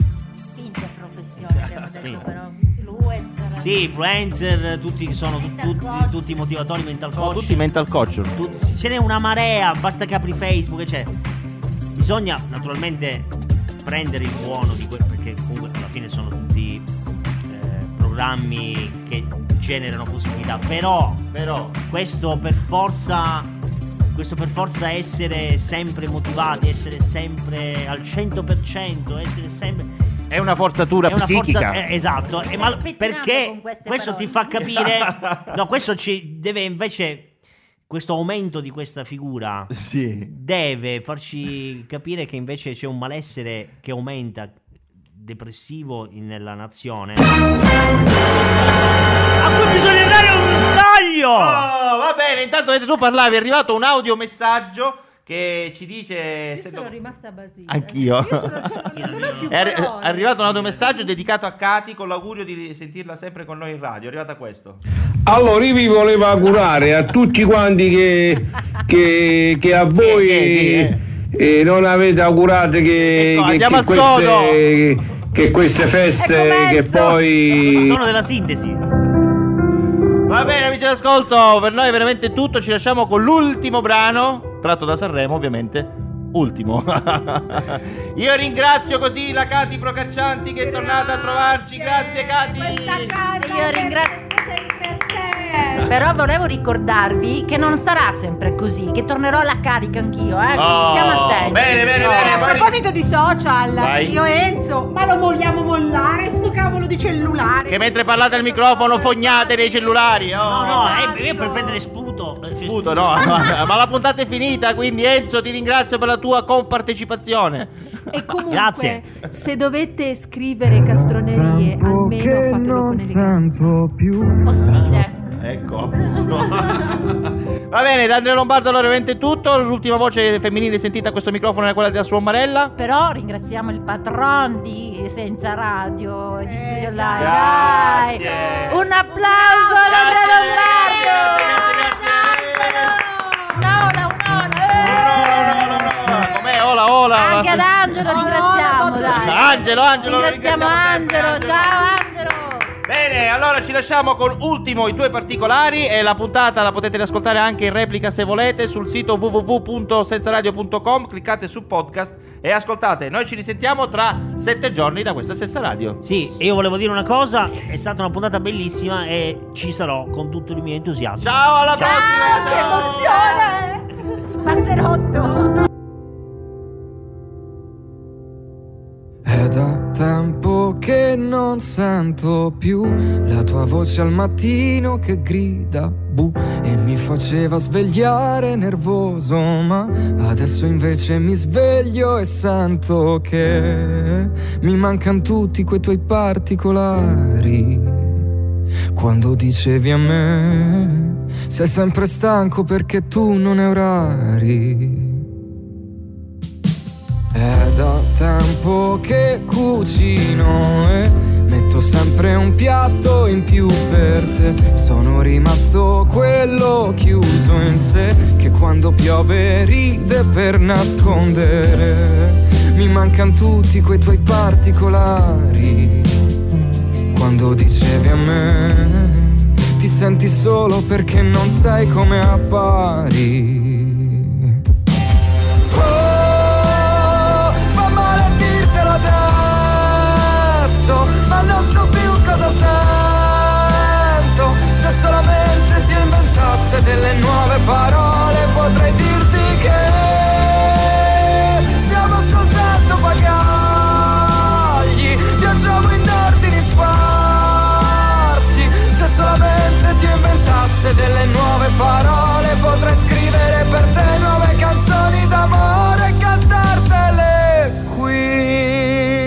Interprofessione, abbiamo detto, però influencer. Sì, influencer, tutti sono tutti motivatori, mental coach. Tutti mental coach. Ce n'è una marea, basta che apri Facebook, cioè bisogna naturalmente prendere il buono di quello, perché comunque alla fine sono tutti programmi che genere una possibilità, però questo per forza essere sempre motivati, essere sempre al 100%, essere sempre... È una forzatura psichica. Esatto, ma perché questo ti fa capire... No, questo ci deve invece... Questo aumento di questa figura deve farci capire che invece c'è un malessere che aumenta, depressivo nella nazione, a cui bisogna dare un taglio. Va bene, intanto tu parlavi, è arrivato un audiomessaggio che ci dice... Io sono rimasta basita. Anch'io. È parole. arrivato un audiomessaggio dedicato a Cati con l'augurio di sentirla sempre con noi in radio. È arrivato questo. Allora io vi volevo augurare a tutti quanti che a voi non avete augurato che queste feste che poi... Il tono della sintesi. Va bene, amici d'ascolto, per noi è veramente tutto. Ci lasciamo con l'ultimo brano tratto da Sanremo, ovviamente ultimo. Io ringrazio così la Cati Procaccianti che è tornata a trovarci. Grazie Cati. Io ringrazio Però volevo ricordarvi che non sarà sempre così, che tornerò alla carica anch'io, quindi stiamo attenti. Bene. A proposito di social, Vai. io e Enzo, ma lo vogliamo mollare sto cavolo di cellulare? Che mentre parlate al microfono fognate nei cellulari. Io per prendere spunto. No, ma la puntata è finita, quindi Enzo ti ringrazio per la tua compartecipazione. E comunque, Grazie. se dovete scrivere castronerie, almeno fatelo con eleganza. Ostile. Ecco, appunto. Va bene, da Andrea Lombardo allora ovviamente è tutto. L'ultima voce femminile sentita a questo microfono è quella della sua Marella. Però ringraziamo il patron di Senza Radio e di Studio Live. Grazie. Un applauso ad Andrea Lombardo. Com'è? Ola. Anche ad Angelo ringraziamo. Dai. Angelo, ringraziamo Angelo. Ciao Angelo. Bene, allora ci lasciamo con ultimo i 2 particolari e la puntata la potete riascoltare anche in replica se volete sul sito www.senzaradio.com, cliccate su podcast e ascoltate. Noi ci risentiamo tra 7 giorni da questa stessa radio. Sì, e io volevo dire una cosa, è stata una puntata bellissima e ci sarò con tutto il mio entusiasmo. Ciao, alla prossima! Che emozione! Passerotto! È da tempo che non sento più la tua voce al mattino che grida bu e mi faceva svegliare nervoso, ma adesso invece mi sveglio e sento che mi mancano tutti quei tuoi particolari. Quando dicevi a me sei sempre stanco perché tu non hai orari. È da tempo che cucino e metto sempre un piatto in più per te. Sono rimasto quello chiuso in sé che quando piove ride per nascondere. Mi mancano tutti quei tuoi particolari. Quando dicevi a me ti senti solo perché non sai come appari. Ma non so più cosa sento. Se solamente ti inventasse delle nuove parole potrei dirti che siamo soltanto bagagli, viaggiamo in ordini sparsi. Se solamente ti inventasse delle nuove parole potrei scrivere per te nuove canzoni d'amore e cantartele qui.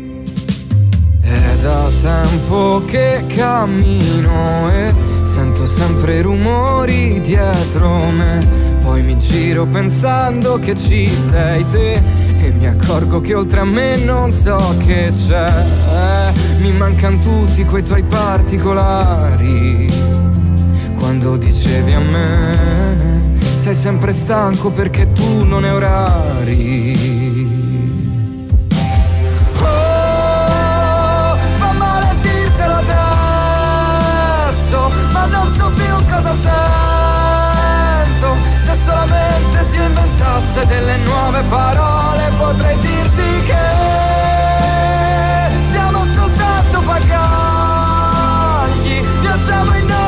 È da tempo che cammino e sento sempre i rumori dietro me. Poi mi giro pensando che ci sei te e mi accorgo che oltre a me non so che c'è. Mi mancano tutti quei tuoi particolari. Quando dicevi a me sei sempre stanco perché tu non hai orari. Ma non so più cosa sento. Se solamente ti inventasse delle nuove parole potrei dirti che siamo soltanto bagagli, viaggiamo in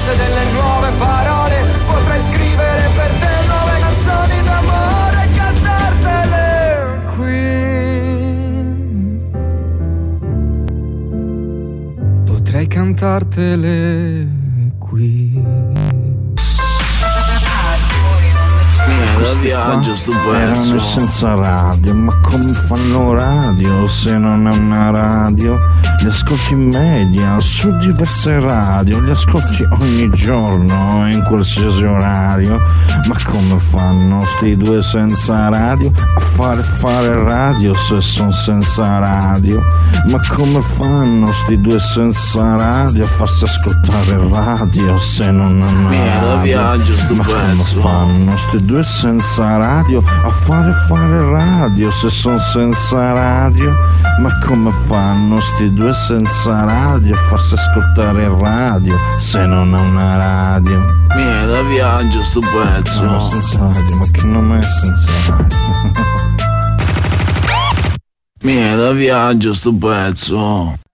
inventarse delle nuove parole, potrei scrivere per te nuove canzoni d'amore e cantartele qui. Potrei cantartele qui. Viaggio erano senza radio, ma come fanno radio se non è una radio? Li ascolti in media su diverse radio, li ascolti ogni giorno in qualsiasi orario. Ma come fanno sti due senza radio a fare radio se son senza radio? Ma come fanno sti due senza radio a farsi ascoltare radio se non hanno radio? Ma come fanno sti due senza radio a fare radio se son senza radio? Ma come fanno sti due senza radio a farsi ascoltare radio se non ha una radio? Vieni da viaggio sto pezzo. No, senza radio, ma che nome è senza radio? Vieni da viaggio sto pezzo.